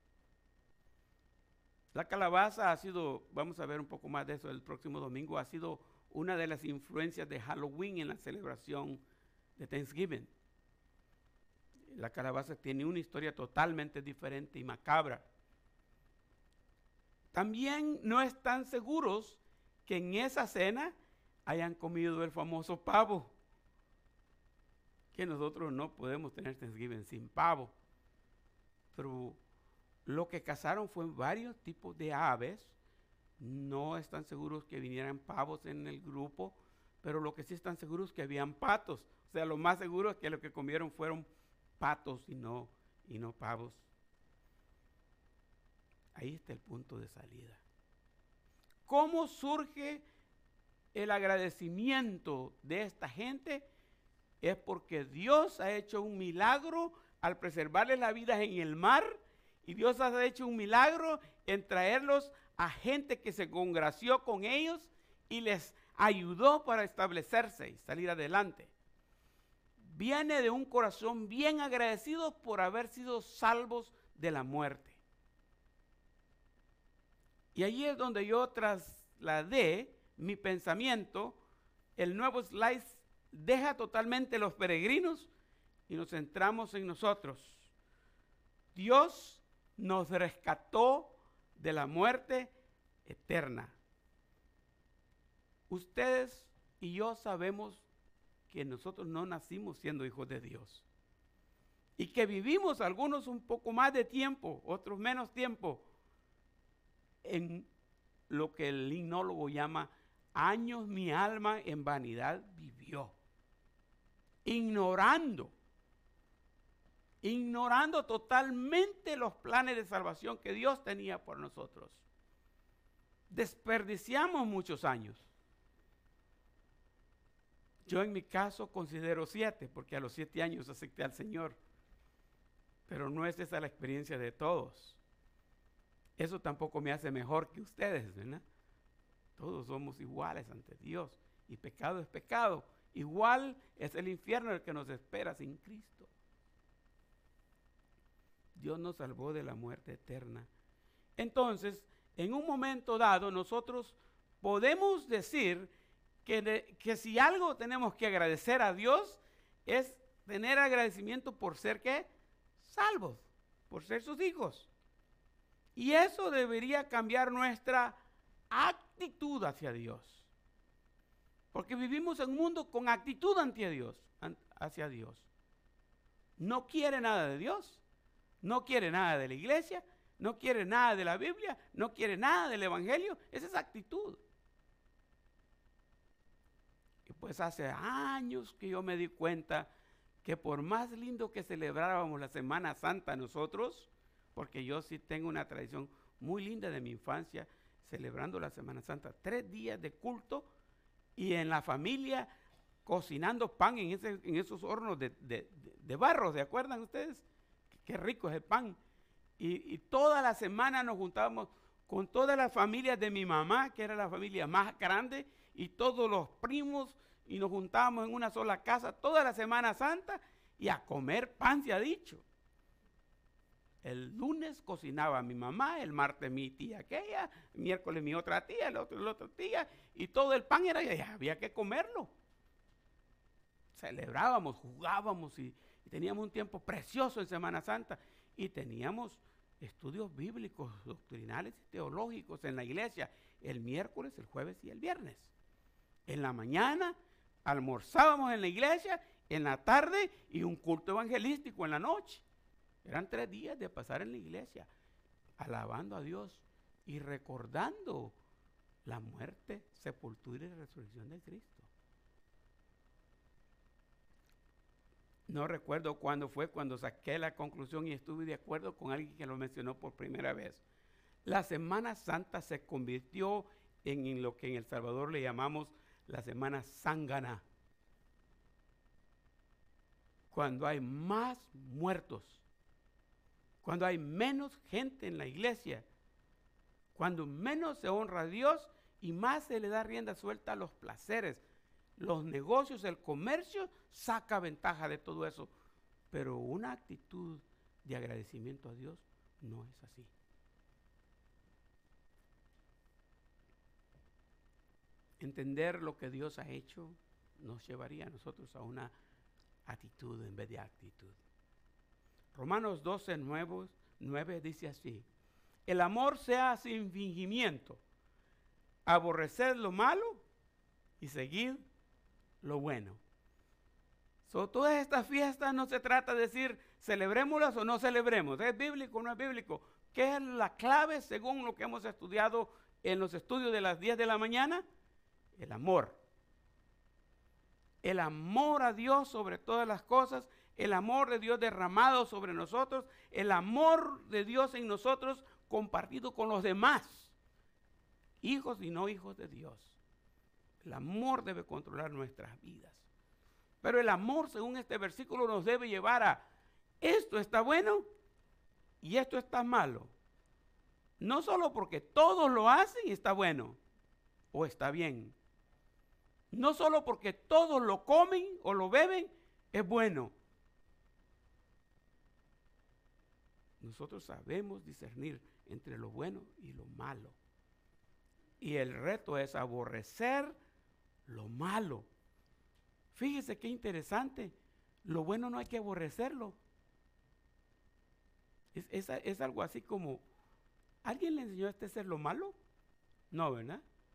[SPEAKER 3] La calabaza ha sido, vamos a ver un poco más de eso el próximo domingo, ha sido una de las influencias de Halloween en la celebración de Thanksgiving. La calabaza tiene una historia totalmente diferente y macabra. También no están seguros que en esa cena hayan comido el famoso pavo, que nosotros no podemos tener Thanksgiving sin pavo. Pero lo que cazaron fue varios tipos de aves. No están seguros que vinieran pavos en el grupo, pero lo que sí están seguros es que habían patos. O sea, lo más seguro es que lo que comieron fueron patos y no, y no pavos. Ahí está el punto de salida. ¿Cómo surge el agradecimiento de esta gente? Es porque Dios ha hecho un milagro al preservarles la vida en el mar, y Dios ha hecho un milagro en traerlos a gente que se congració con ellos y les ayudó para establecerse y salir adelante. Viene de un corazón bien agradecido por haber sido salvos de la muerte. Y allí es donde yo trasladé mi pensamiento. El nuevo slide deja totalmente los peregrinos y nos centramos en nosotros. Dios nos rescató de la muerte eterna. Ustedes y yo sabemos que nosotros no nacimos siendo hijos de Dios. Y que vivimos algunos un poco más de tiempo, otros menos tiempo, en lo que el himnólogo llama años mi alma en vanidad vivió. Ignorando, ignorando totalmente los planes de salvación que Dios tenía por nosotros. Desperdiciamos muchos años. Yo en mi caso considero siete, porque a los siete años acepté al Señor. Pero no es esa la experiencia de todos. Eso tampoco me hace mejor que ustedes, ¿verdad? Todos somos iguales ante Dios. Y pecado es pecado. Igual es el infierno el que nos espera sin Cristo. Dios nos salvó de la muerte eterna. Entonces, en un momento dado, nosotros podemos decir que, de, que si algo tenemos que agradecer a Dios, es tener agradecimiento por ser, ¿qué? Salvos, por ser sus hijos. Y eso debería cambiar nuestra actitud hacia Dios. Porque vivimos en un mundo con actitud ante Dios, hacia Dios. No quiere nada de Dios, no quiere nada de la iglesia, no quiere nada de la Biblia, no quiere nada del Evangelio. Esa es actitud. Y pues hace años que yo me di cuenta que por más lindo que celebrábamos la Semana Santa nosotros, porque yo sí tengo una tradición muy linda de mi infancia, celebrando la Semana Santa, tres días de culto y en la familia cocinando pan en, ese, en esos hornos de, de, de, de barro, ¿se acuerdan ustedes? Qué rico es el pan. Y, y toda la semana nos juntábamos con todas las familias de mi mamá, que era la familia más grande, y todos los primos, y nos juntábamos en una sola casa toda la Semana Santa y a comer pan, se ha dicho. El lunes cocinaba mi mamá, el martes mi tía aquella, el miércoles mi otra tía, el otro, el otro tía, y todo el pan era, ya había que comerlo. Celebrábamos, jugábamos y, y teníamos un tiempo precioso en Semana Santa y teníamos estudios bíblicos, doctrinales y teológicos en la iglesia el miércoles, el jueves y el viernes. En la mañana almorzábamos en la iglesia, en la tarde y un culto evangelístico en la noche. Eran tres días de pasar en la iglesia, alabando a Dios y recordando la muerte, sepultura y resurrección de Cristo. No recuerdo cuándo fue cuando saqué la conclusión y estuve de acuerdo con alguien que lo mencionó por primera vez. La Semana Santa se convirtió en, en lo que en El Salvador le llamamos la semana zángana, cuando hay más muertos, cuando hay menos gente en la iglesia, cuando menos se honra a Dios y más se le da rienda suelta a los placeres, los negocios, el comercio saca ventaja de todo eso, pero una actitud de agradecimiento a Dios no es así. Entender lo que Dios ha hecho nos llevaría a nosotros a una actitud en vez de actitud. Romanos doce, nueve dice así: el amor sea sin fingimiento, aborreced lo malo y seguid lo bueno. So, todas estas fiestas no se trata de decir celebrémoslas o no celebremos, es bíblico o no es bíblico. ¿Qué es la clave según lo que hemos estudiado en los estudios de las diez de la mañana? El amor. El amor a Dios sobre todas las cosas, el amor de Dios derramado sobre nosotros, el amor de Dios en nosotros compartido con los demás, hijos y no hijos de Dios. El amor debe controlar nuestras vidas. Pero el amor, según este versículo, nos debe llevar a esto está bueno y esto está malo. No solo porque todos lo hacen y está bueno o está bien. No solo porque todos lo comen o lo beben es bueno. Nosotros sabemos discernir entre lo bueno y lo malo. Y el reto es aborrecer lo malo. Fíjese qué interesante. Lo bueno no hay que aborrecerlo. Es, es, es algo así como, ¿alguien le enseñó a este ser lo malo? No, ¿verdad?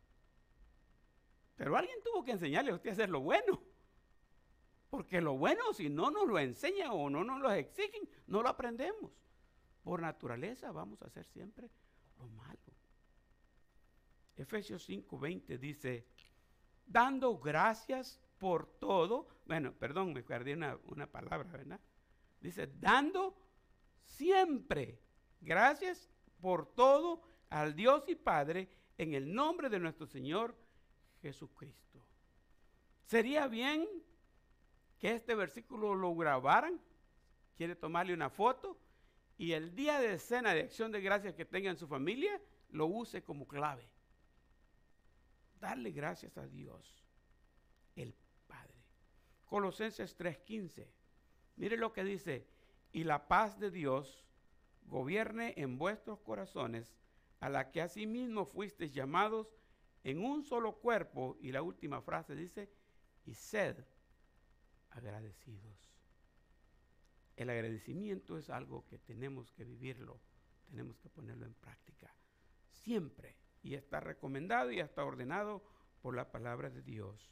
[SPEAKER 3] Pero alguien tuvo que enseñarle a usted a hacer lo bueno. Porque lo bueno, si no nos lo enseñan o no nos lo exigen, no lo aprendemos. Por naturaleza vamos a hacer siempre lo malo. Efesios cinco veinte dice, dando gracias por todo, bueno, perdón, me perdí una, una palabra, ¿verdad? Dice, dando siempre gracias por todo al Dios y Padre en el nombre de nuestro Señor Jesucristo. ¿Sería bien que este versículo lo grabaran? ¿Quiere tomarle una foto? Y el día de cena de acción de gracias que tenga en su familia, lo use como clave. Darle gracias a Dios, el Padre. Colosenses tres quince. Mire lo que dice, y la paz de Dios gobierne en vuestros corazones, a la que asimismo fuisteis llamados en un solo cuerpo. Y la última frase dice, y sed agradecidos. El agradecimiento es algo que tenemos que vivirlo, tenemos que ponerlo en práctica, siempre. Y está recomendado y está ordenado por la palabra de Dios.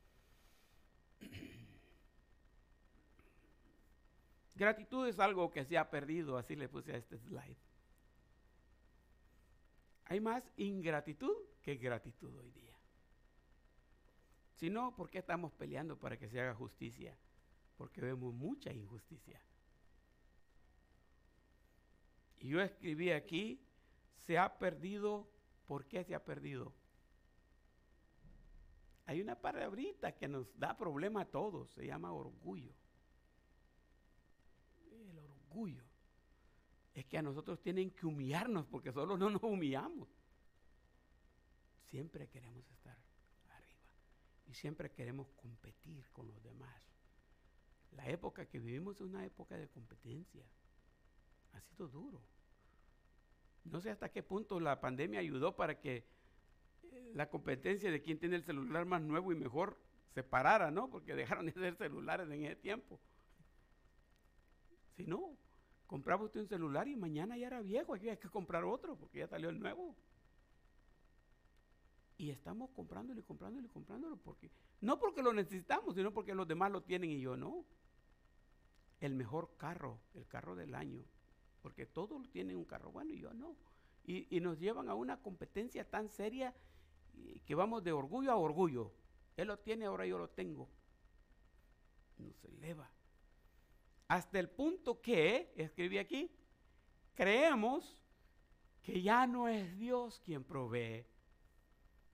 [SPEAKER 3] Gratitud es algo que se ha perdido, así le puse a este slide. Hay más ingratitud que gratitud hoy día. Si no, ¿por qué estamos peleando para que se haga justicia? Porque vemos mucha injusticia. Y yo escribí aquí, se ha perdido. ¿Por qué se ha perdido? Hay una palabrita que nos da problema a todos, se llama orgullo. El orgullo. Es que a nosotros tienen que humillarnos porque solo no nos humillamos. Siempre queremos estar arriba y siempre queremos competir con los demás. La época que vivimos es una época de competencia. Ha sido duro. No sé hasta qué punto la pandemia ayudó para que eh, la competencia de quién tiene el celular más nuevo y mejor se parara, ¿no? Porque dejaron de hacer celulares en ese tiempo. Si no, compraba usted un celular y mañana ya era viejo, aquí hay que comprar otro porque ya salió el nuevo. Y estamos comprándolo y comprándolo y comprándolo porque, no porque lo necesitamos, sino porque los demás lo tienen y yo no. El mejor carro, el carro del año. Porque todos tienen un carro bueno y yo no. Y, y nos llevan a una competencia tan seria que vamos de orgullo a orgullo. Él lo tiene, ahora yo lo tengo. Nos eleva. Hasta el punto que, escribí aquí, creemos que ya no es Dios quien provee,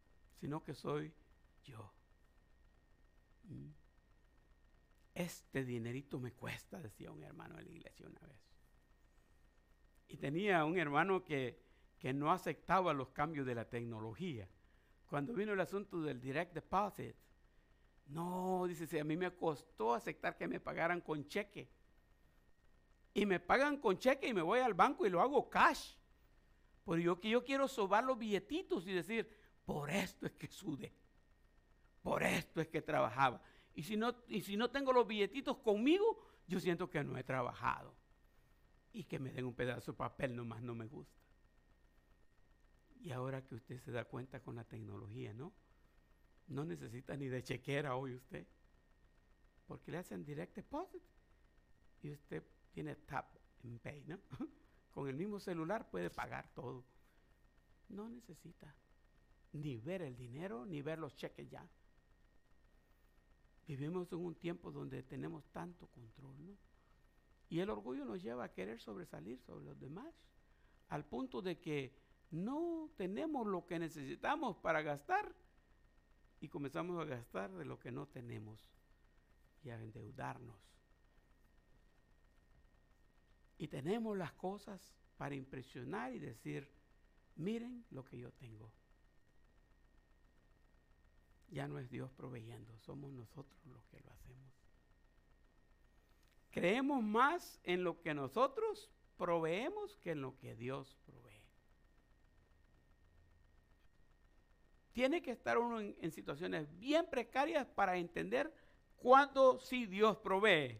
[SPEAKER 3] sino que soy yo. ¿Mm? Este dinerito me cuesta, decía un hermano de la iglesia una vez. Y tenía un hermano que, que no aceptaba los cambios de la tecnología. Cuando vino el asunto del direct deposit, no, dice, si a mí me costó aceptar que me pagaran con cheque. Y me pagan con cheque y me voy al banco y lo hago cash. Porque yo, yo quiero sobar los billetitos y decir, por esto es que sudé. Por esto es que trabajaba. Y si no, y si no tengo los billetitos conmigo, yo siento que no he trabajado. Y que me den un pedazo de papel nomás no me gusta. Y ahora que usted se da cuenta con la tecnología, ¿no? No necesita ni de chequera hoy usted. Porque le hacen direct deposit. Y usted tiene tap and pay, ¿no? Con el mismo celular puede pagar todo. No necesita ni ver el dinero, ni ver los cheques ya. Vivimos en un tiempo donde tenemos tanto control, ¿no? Y el orgullo nos lleva a querer sobresalir sobre los demás, al punto de que no tenemos lo que necesitamos para gastar y comenzamos a gastar de lo que no tenemos y a endeudarnos. Y tenemos las cosas para impresionar y decir, miren lo que yo tengo. Ya no es Dios proveyendo, somos nosotros los que lo hacemos. Creemos más en lo que nosotros proveemos que en lo que Dios provee. Tiene que estar uno en, en situaciones bien precarias para entender cuándo sí Dios provee.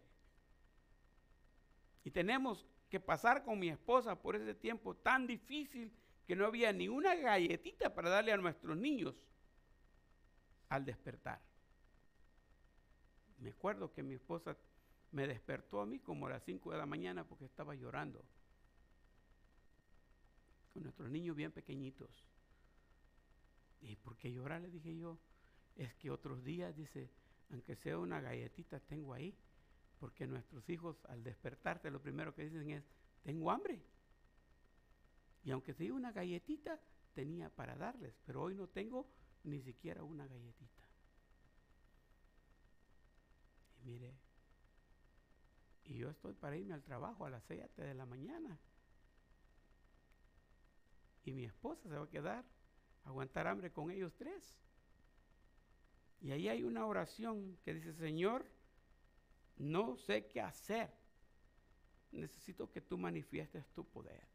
[SPEAKER 3] Y tenemos que pasar con mi esposa por ese tiempo tan difícil que no había ni una galletita para darle a nuestros niños al despertar. Me acuerdo que mi esposa me despertó a mí como a las cinco de la mañana porque estaba llorando. Con nuestros niños bien pequeñitos. ¿Y por qué llorar? Le dije yo. Es que otros días, dice, aunque sea una galletita tengo ahí. Porque nuestros hijos al despertarse lo primero que dicen es, tengo hambre. Y aunque sea una galletita, tenía para darles. Pero hoy no tengo ni siquiera una galletita. Y mire, y yo estoy para irme al trabajo a las seis de la mañana. Y mi esposa se va a quedar a aguantar hambre con ellos tres. Y ahí hay una oración que dice, Señor, no sé qué hacer. Necesito que tú manifiestes tu poder.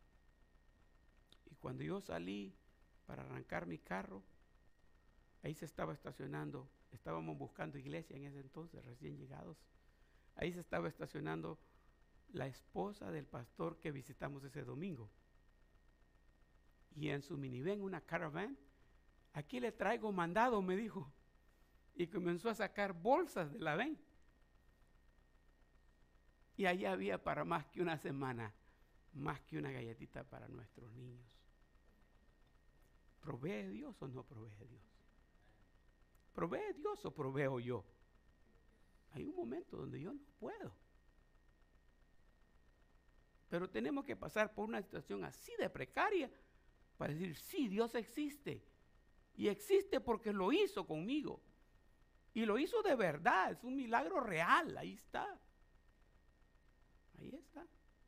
[SPEAKER 3] Y cuando yo salí para arrancar mi carro, ahí se estaba estacionando, estábamos buscando iglesia en ese entonces, recién llegados. Ahí se estaba estacionando la esposa del pastor que visitamos ese domingo. Y en su minivan, una caravan, aquí le traigo mandado, me dijo. Y comenzó a sacar bolsas de la van. Y allí había para más que una semana, más que una galletita para nuestros niños. ¿Provee Dios o no provee Dios? ¿Provee Dios o proveo yo? Hay un momento donde yo no puedo. Pero tenemos que pasar por una situación así de precaria para decir, sí, Dios existe. Y existe porque lo hizo conmigo. Y lo hizo de verdad, es un milagro real, ahí está. Ahí está.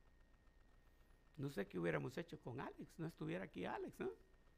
[SPEAKER 3] No sé qué hubiéramos hecho con Alex, no estuviera aquí Alex, ¿no?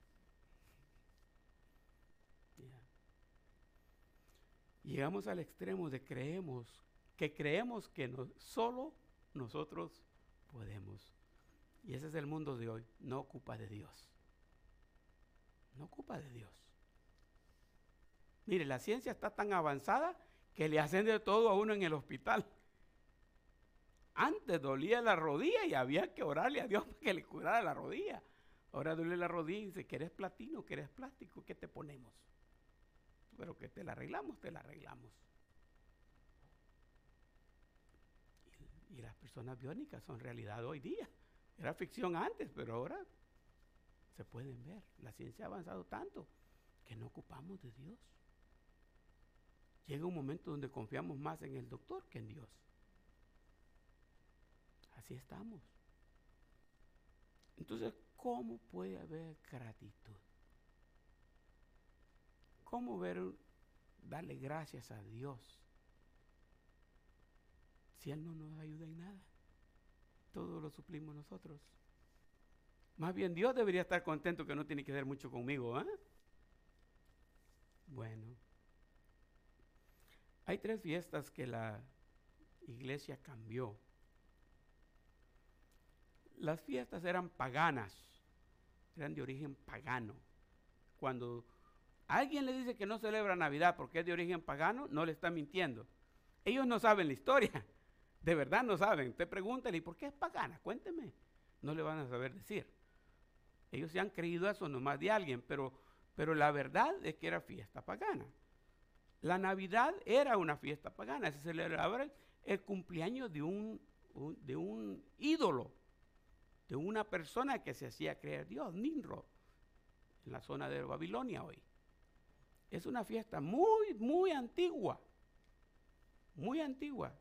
[SPEAKER 3] Yeah. Llegamos al extremo de creemos, que creemos que no, solo nosotros podemos. Y ese es el mundo de hoy, no ocupa de Dios. No ocupa de Dios. Mire, la ciencia está tan avanzada que le hacen de todo a uno en el hospital. Antes dolía la rodilla y había que orarle a Dios para que le curara la rodilla. Ahora duele la rodilla y dice, ¿querés platino, querés plástico? ¿Qué te ponemos? Pero que te la arreglamos, te la arreglamos. Y, y las personas biónicas son realidad hoy día. Era ficción antes, pero ahora se pueden ver. La ciencia ha avanzado tanto que no ocupamos de Dios. Llega un momento donde confiamos más en el doctor que en Dios. Así estamos. Entonces, ¿cómo puede haber gratitud? ¿cómo ver, darle gracias a Dios si Él no nos ayuda en nada? Todo lo suplimos nosotros. Más bien Dios debería estar contento, que no tiene que ver mucho conmigo, ¿eh? Bueno, hay tres fiestas que la iglesia cambió. Las fiestas eran paganas, eran de origen pagano. Cuando alguien le dice que no celebra Navidad porque es de origen pagano, no le está mintiendo. Ellos no saben la historia, de verdad no saben. Usted pregúntale, ¿y por qué es pagana? Cuénteme. No le van a saber decir. Ellos se han creído eso nomás de alguien, pero, pero la verdad es que era fiesta pagana. La Navidad era una fiesta pagana, se celebraba el, el cumpleaños de un, un, de un ídolo, de una persona que se hacía creer Dios, Nimrod, en la zona de Babilonia hoy. Es una fiesta muy, muy antigua, muy antigua.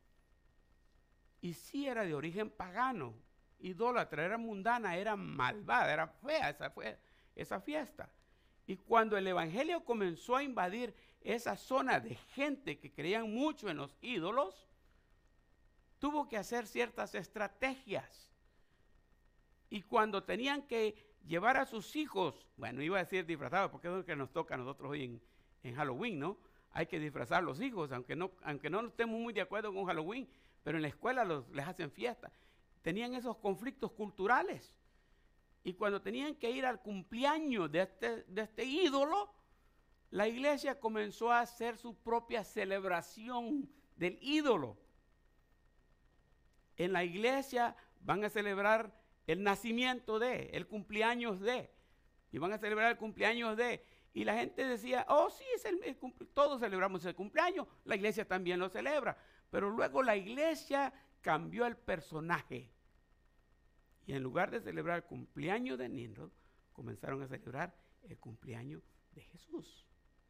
[SPEAKER 3] Y sí era de origen pagano, idólatra, era mundana, era malvada, era fea esa, fue, esa fiesta. Y cuando el evangelio comenzó a invadir esa zona de gente que creían mucho en los ídolos, tuvo que hacer ciertas estrategias. Y cuando tenían que llevar a sus hijos, bueno, iba a decir disfrazados, porque es lo que nos toca a nosotros hoy en, en Halloween, ¿no? Hay que disfrazar a los hijos, aunque no, aunque no estemos muy de acuerdo con Halloween, pero en la escuela los, les hacen fiesta. Tenían esos conflictos culturales. Y cuando tenían que ir al cumpleaños de este, de este ídolo, la iglesia comenzó a hacer su propia celebración del ídolo. En la iglesia van a celebrar el nacimiento de, el cumpleaños de, y van a celebrar el cumpleaños de, y la gente decía, oh sí, es el, el cumple, todos celebramos el cumpleaños, la iglesia también lo celebra, pero luego la iglesia cambió el personaje, y en lugar de celebrar el cumpleaños de Nimrod, comenzaron a celebrar el cumpleaños de Jesús.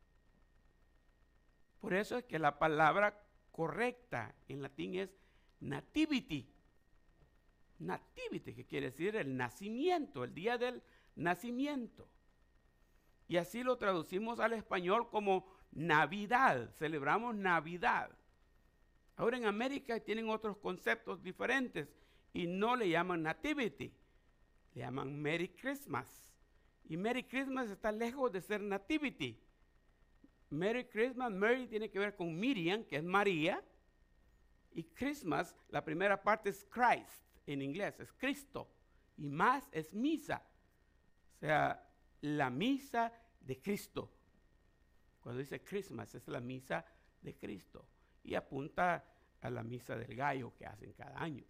[SPEAKER 3] Por eso es que la palabra correcta en latín es nativity. Nativity, que quiere decir el nacimiento, el día del nacimiento. Y así lo traducimos al español como Navidad, celebramos Navidad. Ahora en América tienen otros conceptos diferentes y no le llaman Nativity, le llaman Merry Christmas. Y Merry Christmas está lejos de ser Nativity. Merry Christmas, Mary tiene que ver con Miriam, que es María, y Christmas, la primera parte es Christ. En inglés es Cristo, y más es misa, o sea, la misa de Cristo. Cuando dice Christmas es la misa de Cristo, y apunta a la misa del gallo que hacen cada año.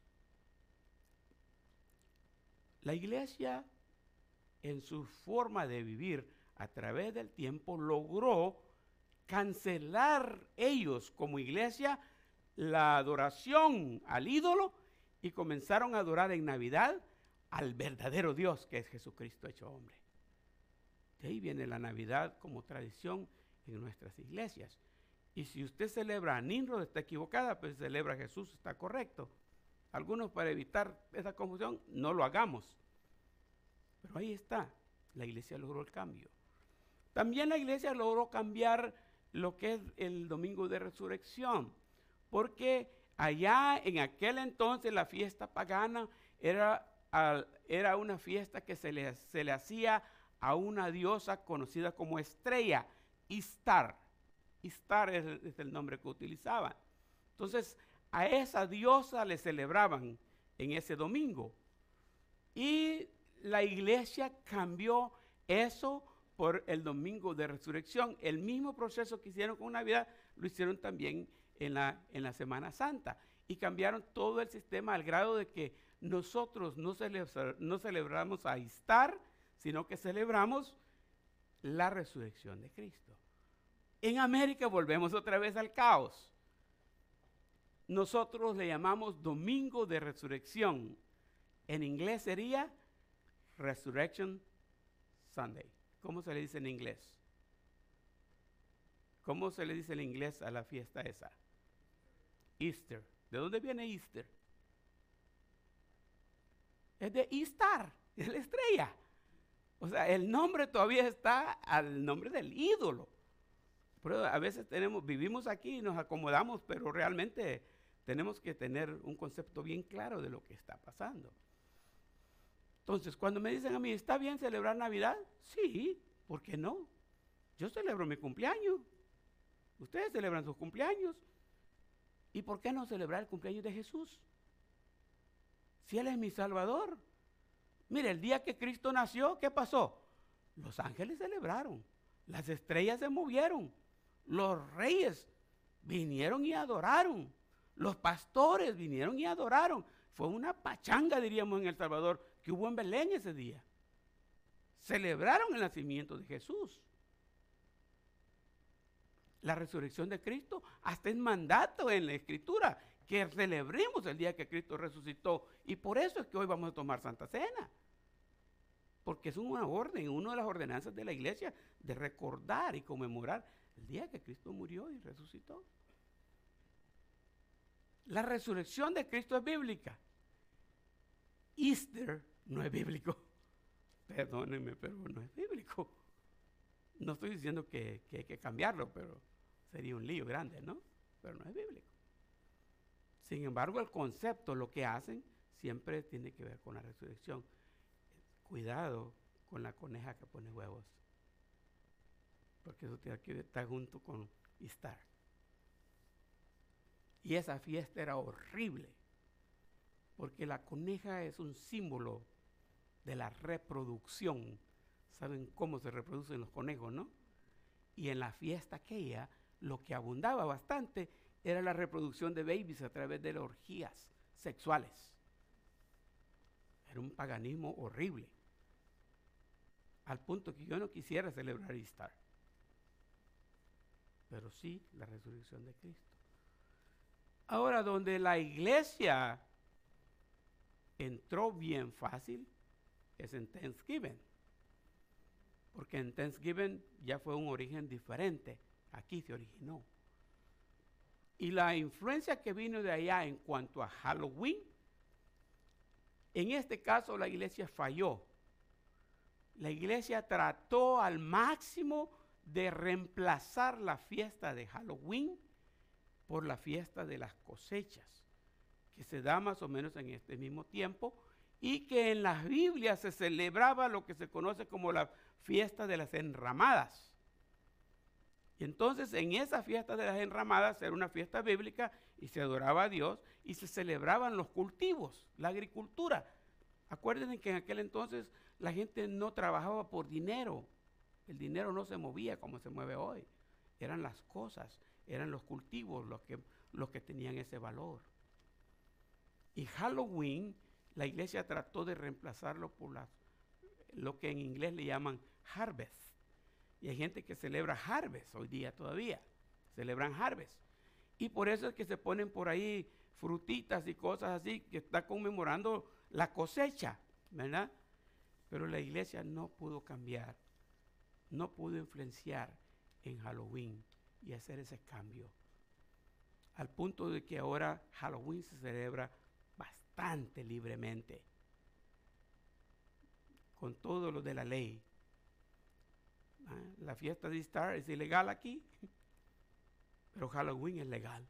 [SPEAKER 3] La iglesia, en su forma de vivir a través del tiempo, logró cancelar ellos como iglesia la adoración al ídolo, y comenzaron a adorar en Navidad al verdadero Dios, que es Jesucristo hecho hombre. De ahí viene la Navidad como tradición en nuestras iglesias. Y si usted celebra a Nimrod, está equivocada, pero si celebra a Jesús, está correcto. Algunos, para evitar esa confusión, no lo hagamos. Pero ahí está, la iglesia logró el cambio. También la iglesia logró cambiar lo que es el domingo de resurrección, porque allá en aquel entonces la fiesta pagana era, uh, era una fiesta que se le, se le hacía a una diosa conocida como Estrella, Istar. Istar es, es el nombre que utilizaban. Entonces a esa diosa le celebraban en ese domingo. Y la iglesia cambió eso por el domingo de resurrección. El mismo proceso que hicieron con Navidad lo hicieron también En la, en la Semana Santa, y cambiaron todo el sistema al grado de que nosotros no, celebra, no celebramos a Istar, sino que celebramos la resurrección de Cristo. En América volvemos otra vez al caos. Nosotros le llamamos Domingo de Resurrección. En inglés sería Resurrection Sunday. ¿Cómo se le dice en inglés? ¿Cómo se le dice en inglés a la fiesta esa? Easter. ¿De dónde viene Easter? Es de Istar, es la estrella. O sea, el nombre todavía está al nombre del ídolo. Pero a veces tenemos, vivimos aquí y nos acomodamos, pero realmente tenemos que tener un concepto bien claro de lo que está pasando. Entonces, cuando me dicen a mí, ¿está bien celebrar Navidad? Sí, ¿por qué no? Yo celebro mi cumpleaños. Ustedes celebran sus cumpleaños. ¿Y por qué no celebrar el cumpleaños de Jesús? Si Él es mi Salvador. Mire, el día que Cristo nació, ¿qué pasó? Los ángeles celebraron, las estrellas se movieron, los reyes vinieron y adoraron, los pastores vinieron y adoraron. Fue una pachanga, diríamos en El Salvador, que hubo en Belén ese día. Celebraron el nacimiento de Jesús. La resurrección de Cristo, hasta es mandato en la Escritura, que celebremos el día que Cristo resucitó. Y por eso es que hoy vamos a tomar Santa Cena. Porque es una orden, una de las ordenanzas de la iglesia, de recordar y conmemorar el día que Cristo murió y resucitó. La resurrección de Cristo es bíblica. Easter no es bíblico. Perdónenme, pero no es bíblico. No estoy diciendo que, que hay que cambiarlo, pero sería un lío grande, ¿no? Pero no es bíblico. Sin embargo, el concepto, lo que hacen, siempre tiene que ver con la resurrección. Cuidado con la coneja que pone huevos, porque eso tiene que estar junto con Easter. Y esa fiesta era horrible, porque la coneja es un símbolo de la reproducción. ¿Saben cómo se reproducen los conejos, no? Y en la fiesta aquella, lo que abundaba bastante era la reproducción de babies a través de las orgías sexuales. Era un paganismo horrible, al punto que yo no quisiera celebrar Easter, pero sí la resurrección de Cristo. Ahora, donde la iglesia entró bien fácil es en Thanksgiving, porque en Thanksgiving ya fue un origen diferente, aquí se originó. Y la influencia que vino de allá en cuanto a Halloween, en este caso la iglesia falló. La iglesia trató al máximo de reemplazar la fiesta de Halloween por la fiesta de las cosechas, que se da más o menos en este mismo tiempo, y que en las Biblias se celebraba lo que se conoce como la fiesta de las enramadas. Y entonces en esa fiesta de las enramadas era una fiesta bíblica y se adoraba a Dios y se celebraban los cultivos, la agricultura. Acuérdense que en aquel entonces la gente no trabajaba por dinero. El dinero no se movía como se mueve hoy. Eran las cosas, eran los cultivos los que, los que tenían ese valor. Y Halloween, la iglesia trató de reemplazarlo por las, lo que en inglés le llaman harvest. Y hay gente que celebra harvest hoy día todavía. Celebran harvest. Y por eso es que se ponen por ahí frutitas y cosas así, que está conmemorando la cosecha, ¿verdad? Pero la iglesia no pudo cambiar, no pudo influenciar en Halloween y hacer ese cambio. Al punto de que ahora Halloween se celebra bastante libremente, con todo lo de la ley. ¿Ah? La fiesta de Easter es ilegal aquí, pero Halloween es legal.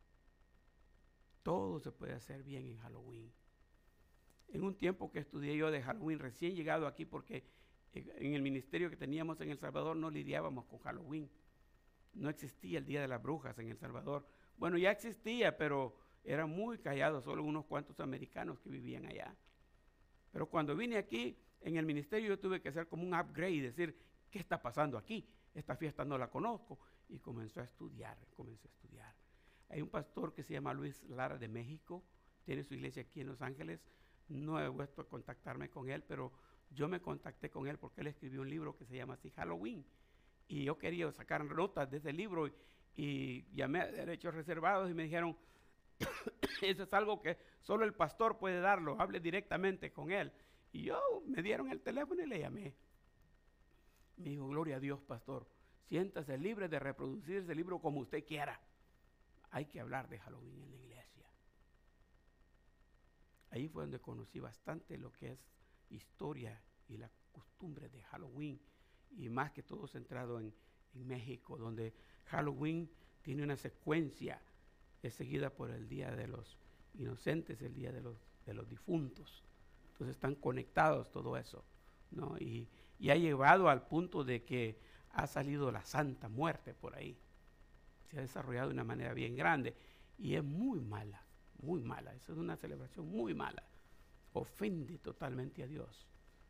[SPEAKER 3] Todo se puede hacer bien en Halloween. En un tiempo que estudié yo de Halloween, recién llegado aquí, porque en el ministerio que teníamos en El Salvador no lidiábamos con Halloween. No existía el Día de las Brujas en El Salvador. Bueno, ya existía, pero era muy callado, solo unos cuantos americanos que vivían allá. Pero cuando vine aquí, en el ministerio yo tuve que hacer como un upgrade y decir, ¿qué está pasando aquí? Esta fiesta no la conozco. Y comenzó a estudiar, comenzó a estudiar. Hay un pastor que se llama Luis Lara de México, tiene su iglesia aquí en Los Ángeles. No he vuelto a contactarme con él, pero yo me contacté con él porque él escribió un libro que se llama así Halloween. Y yo quería sacar notas de ese libro y, y llamé a derechos reservados y me dijeron, eso es algo que solo el pastor puede darlo, hable directamente con él. Y yo me dieron el teléfono y le llamé. Me dijo, gloria a Dios, pastor, siéntase libre de reproducir ese libro como usted quiera. Hay que hablar de Halloween en la iglesia. Ahí fue donde conocí bastante lo que es historia y la costumbres de Halloween, y más que todo centrado en, en México, donde Halloween tiene una secuencia, es seguida por el Día de los Inocentes, el Día de los, de los Difuntos. Entonces están conectados todo eso, ¿no? Y, y ha llevado al punto de que ha salido la Santa Muerte por ahí. Se ha desarrollado de una manera bien grande y es muy mala, muy mala. Esa es una celebración muy mala. Ofende totalmente a Dios.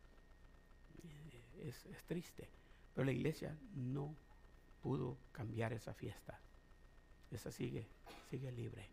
[SPEAKER 3] Es, es triste, pero la iglesia no pudo cambiar esa fiesta. Esa sigue, sigue libre.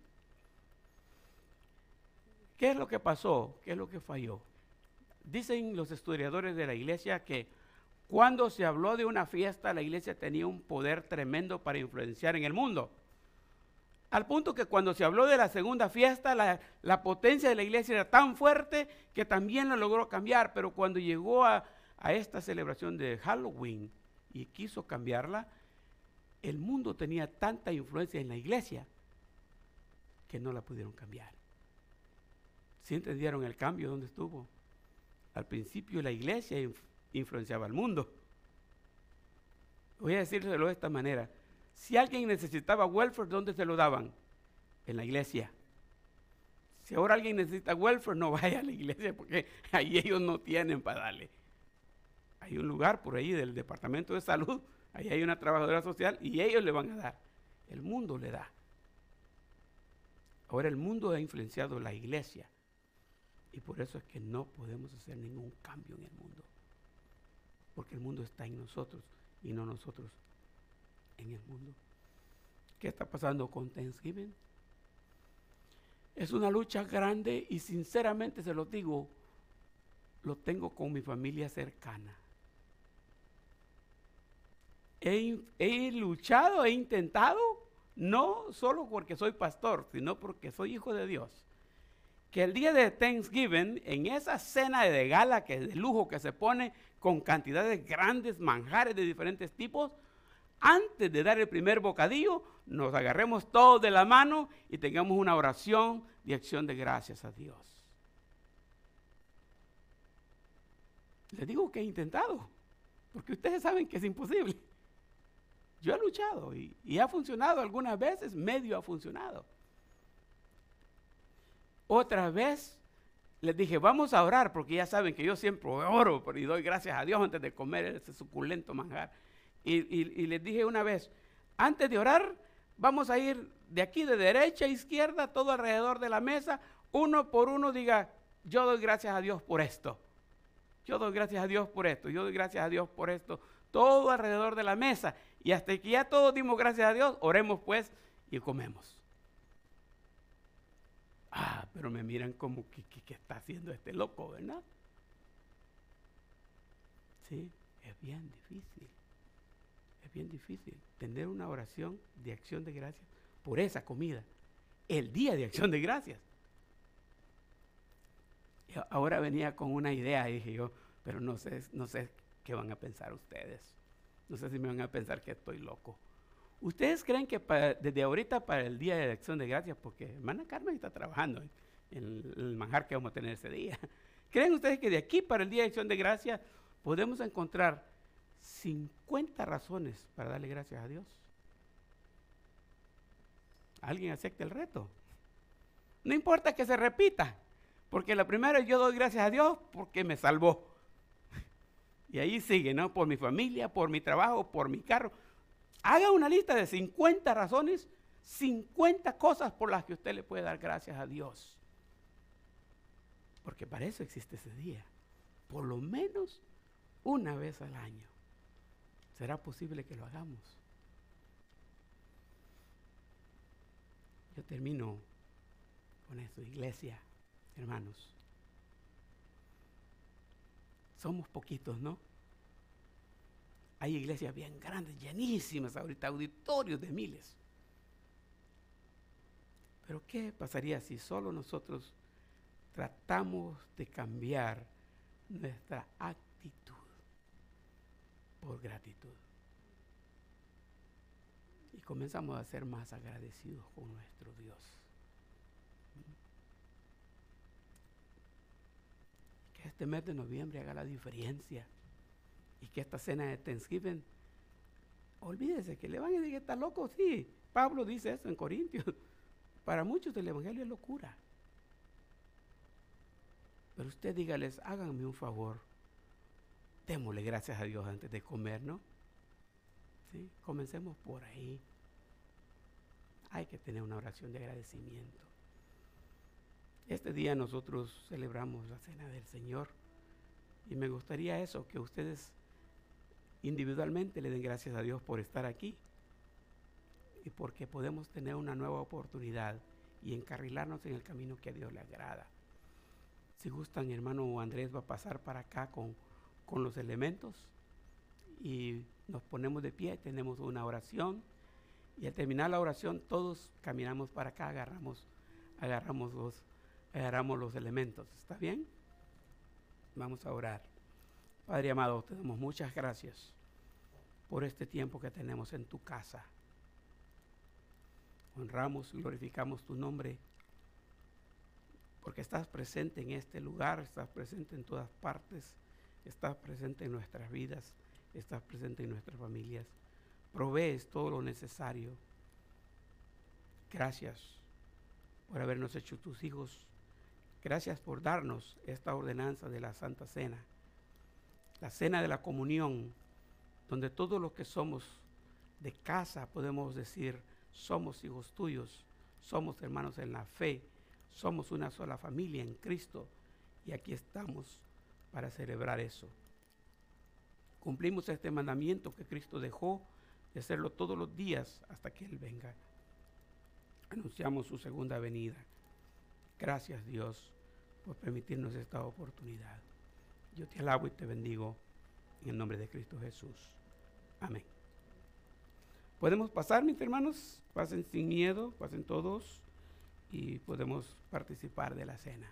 [SPEAKER 3] ¿Qué es lo que pasó? ¿Qué es lo que falló? Dicen los historiadores de la iglesia que cuando se habló de una fiesta, la iglesia tenía un poder tremendo para influenciar en el mundo. Al punto que cuando se habló de la segunda fiesta, la, la potencia de la iglesia era tan fuerte que también lo logró cambiar. Pero cuando llegó a, a esta celebración de Halloween y quiso cambiarla, el mundo tenía tanta influencia en la iglesia que no la pudieron cambiar. ¿Sí entendieron el cambio? ¿Dónde estuvo? Al principio la iglesia inf- influenciaba al mundo. Voy a decírselo de esta manera. Si alguien necesitaba welfare, ¿dónde se lo daban? En la iglesia. Si ahora alguien necesita welfare, no vaya a la iglesia porque ahí ellos no tienen para darle. Hay un lugar por ahí del departamento de salud, ahí hay una trabajadora social y ellos le van a dar. El mundo le da. Ahora el mundo ha influenciado la iglesia y por eso es que no podemos hacer ningún cambio en el mundo. Porque el mundo está en nosotros y no nosotros en el mundo. ¿Qué está pasando con Thanksgiving? Es una lucha grande y sinceramente se lo digo, lo tengo con mi familia cercana. He, he luchado, he intentado, no solo porque soy pastor, sino porque soy hijo de Dios. Que el día de Thanksgiving, en esa cena de gala, que de lujo que se pone con cantidades grandes, manjares de diferentes tipos, antes de dar el primer bocadillo, nos agarremos todos de la mano y tengamos una oración de acción de gracias a Dios. Les digo que he intentado, porque ustedes saben que es imposible. Yo he luchado y, y ha funcionado algunas veces, medio ha funcionado. Otra vez les dije, vamos a orar, porque ya saben que yo siempre oro y doy gracias a Dios antes de comer ese suculento manjar. Y, y, y les dije una vez, antes de orar, vamos a ir de aquí, de derecha a izquierda, todo alrededor de la mesa, uno por uno diga, yo doy gracias a Dios por esto. Yo doy gracias a Dios por esto, yo doy gracias a Dios por esto, todo alrededor de la mesa. Y hasta que ya todos dimos gracias a Dios, oremos pues y comemos. Ah, pero me miran como que, que, que está haciendo este loco, ¿verdad? Sí, es bien difícil. Es bien difícil tener una oración de acción de gracias por esa comida. El día de acción de gracias. Y ahora venía con una idea y dije yo, pero no sé, no sé qué van a pensar ustedes. No sé si me van a pensar que estoy loco. ¿Ustedes creen que para, desde ahorita para el día de acción de gracias, porque hermana Carmen está trabajando en, en el manjar que vamos a tener ese día, ¿creen ustedes que de aquí para el día de acción de gracias podemos encontrar cincuenta razones para darle gracias a Dios? ¿Alguien acepta el reto? No importa que se repita, porque la primera es yo doy gracias a Dios porque me salvó. Y ahí sigue, ¿no? Por mi familia, por mi trabajo, por mi carro. Haga una lista de cincuenta razones, cincuenta cosas por las que usted le puede dar gracias a Dios. Porque para eso existe ese día. Por lo menos una vez al año. ¿Será posible que lo hagamos? Yo termino con esto, iglesia, hermanos. Somos poquitos, ¿no? Hay iglesias bien grandes, llenísimas ahorita, auditorios de miles. Pero ¿qué pasaría si solo nosotros tratamos de cambiar nuestra actitud por gratitud? Y comenzamos a ser más agradecidos con nuestro Dios. Que este mes de noviembre haga la diferencia y que esta cena de Thanksgiving, olvídese que le van a decir que está loco, sí. Pablo dice eso en Corintios. Para muchos el evangelio es locura. Pero usted dígales, háganme un favor, démosle gracias a Dios antes de comer, ¿no? ¿Sí? Comencemos por ahí. Hay que tener una oración de agradecimiento. Este día nosotros celebramos la cena del Señor y me gustaría eso, que ustedes individualmente le den gracias a Dios por estar aquí y porque podemos tener una nueva oportunidad y encarrilarnos en el camino que a Dios le agrada. Si gustan, mi hermano Andrés va a pasar para acá con, con los elementos y nos ponemos de pie, tenemos una oración y al terminar la oración todos caminamos para acá, agarramos, agarramos, los, agarramos los elementos. ¿Está bien? Vamos a orar. Padre amado, te damos muchas gracias por este tiempo que tenemos en tu casa. Honramos y glorificamos tu nombre porque estás presente en este lugar, estás presente en todas partes, estás presente en nuestras vidas, estás presente en nuestras familias. Provees todo lo necesario. Gracias por habernos hecho tus hijos. Gracias por darnos esta ordenanza de la Santa Cena, la cena de la comunión, donde todos los que somos de casa podemos decir, somos hijos tuyos, somos hermanos en la fe, somos una sola familia en Cristo y aquí estamos para celebrar eso. Cumplimos este mandamiento que Cristo dejó de hacerlo todos los días hasta que Él venga. Anunciamos su segunda venida. Gracias, Dios, por permitirnos esta oportunidad. Yo te alabo y te bendigo en el nombre de Cristo Jesús. Amén. ¿Podemos pasar, mis hermanos? Pasen sin miedo, pasen todos y podemos participar de la cena.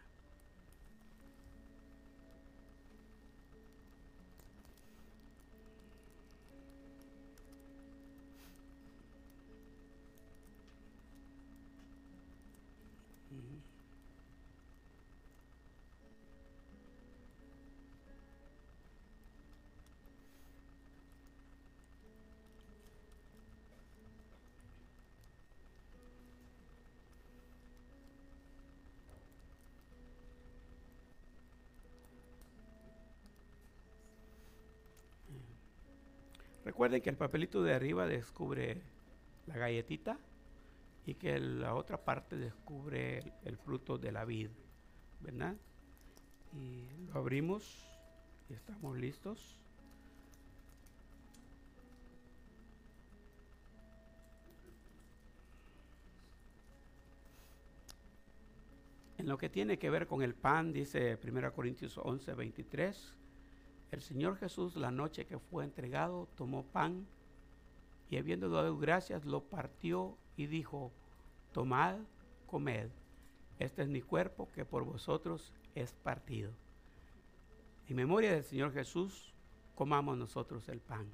[SPEAKER 3] Recuerden que el papelito de arriba descubre la galletita y que la otra parte descubre el, el fruto de la vid, ¿verdad? Y lo abrimos y estamos listos. En lo que tiene que ver con el pan, dice primera Corintios once, veintitrés, el Señor Jesús, la noche que fue entregado, tomó pan y habiendo dado gracias, lo partió y dijo, tomad, comed, este es mi cuerpo que por vosotros es partido. En memoria del Señor Jesús, comamos nosotros el pan.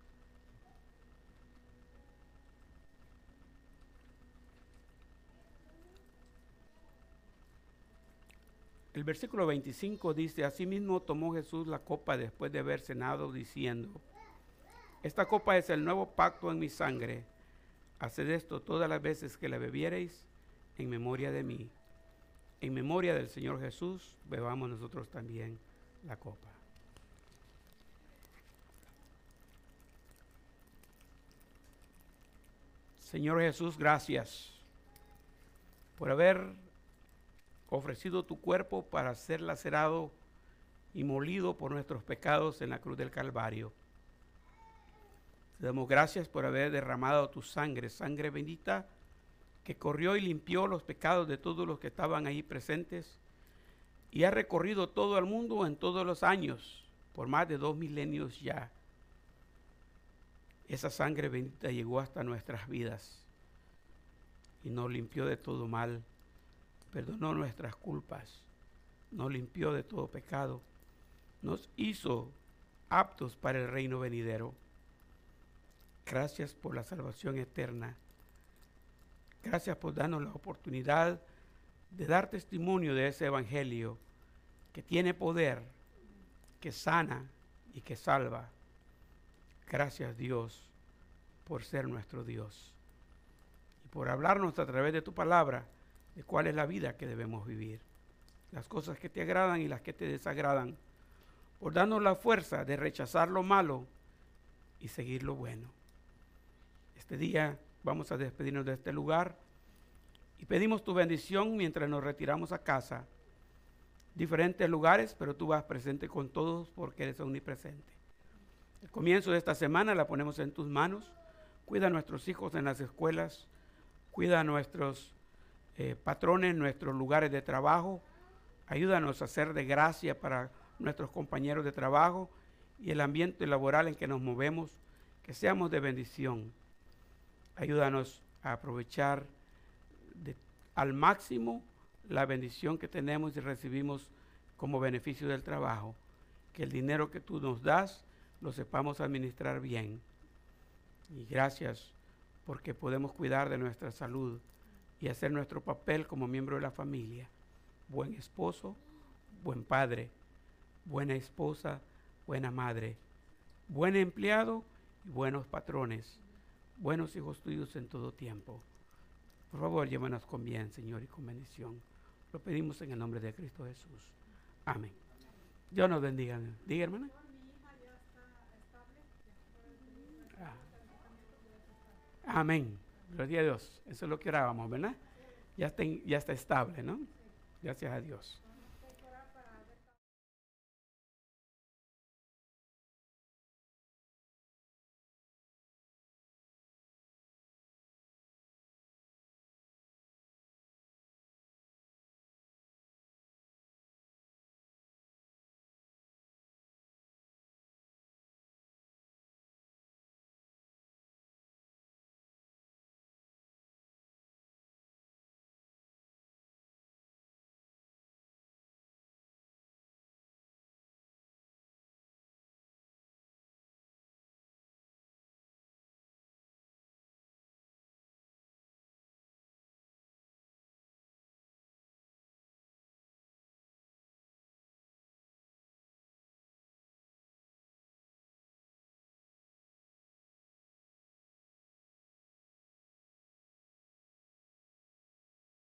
[SPEAKER 3] El versículo veinticinco dice, asimismo tomó Jesús la copa después de haber cenado, diciendo, esta copa es el nuevo pacto en mi sangre. Haced esto todas las veces que la bebiereis en memoria de mí. En memoria del Señor Jesús, bebamos nosotros también la copa. Señor Jesús, gracias por haber ofrecido tu cuerpo para ser lacerado y molido por nuestros pecados en la cruz del Calvario. Te damos gracias por haber derramado tu sangre, sangre bendita que corrió y limpió los pecados de todos los que estaban ahí presentes y ha recorrido todo el mundo en todos los años, por más de dos milenios ya. Esa sangre bendita llegó hasta nuestras vidas y nos limpió de todo mal. Perdonó nuestras culpas, nos limpió de todo pecado, nos hizo aptos para el reino venidero. Gracias por la salvación eterna. Gracias por darnos la oportunidad de dar testimonio de ese evangelio que tiene poder, que sana y que salva. Gracias, Dios, por ser nuestro Dios y por hablarnos a través de tu palabra de cuál es la vida que debemos vivir, las cosas que te agradan y las que te desagradan, por darnos la fuerza de rechazar lo malo y seguir lo bueno. Este día vamos a despedirnos de este lugar y pedimos tu bendición mientras nos retiramos a casa. Diferentes lugares, pero tú vas presente con todos porque eres omnipresente. El comienzo de esta semana la ponemos en tus manos. Cuida a nuestros hijos en las escuelas, cuida a nuestros eh, patrones, nuestros lugares de trabajo. Ayúdanos a ser de gracia para nuestros compañeros de trabajo y el ambiente laboral en que nos movemos, que seamos de bendición. Ayúdanos a aprovechar de, al máximo la bendición que tenemos y recibimos como beneficio del trabajo. Que el dinero que tú nos das lo sepamos administrar bien. Y gracias porque podemos cuidar de nuestra salud y hacer nuestro papel como miembro de la familia. Buen esposo, buen padre, buena esposa, buena madre, buen empleado y buenos patrones, buenos hijos tuyos en todo tiempo. Por favor, llévanos con bien, Señor, y con bendición. Lo pedimos en el nombre de Cristo Jesús. Amén. Dios nos bendiga. Diga, hermana. Ah. Amén. Gloria a Dios. Eso es lo que orábamos, ¿verdad? Ya está, ya está estable, ¿no? Gracias a Dios.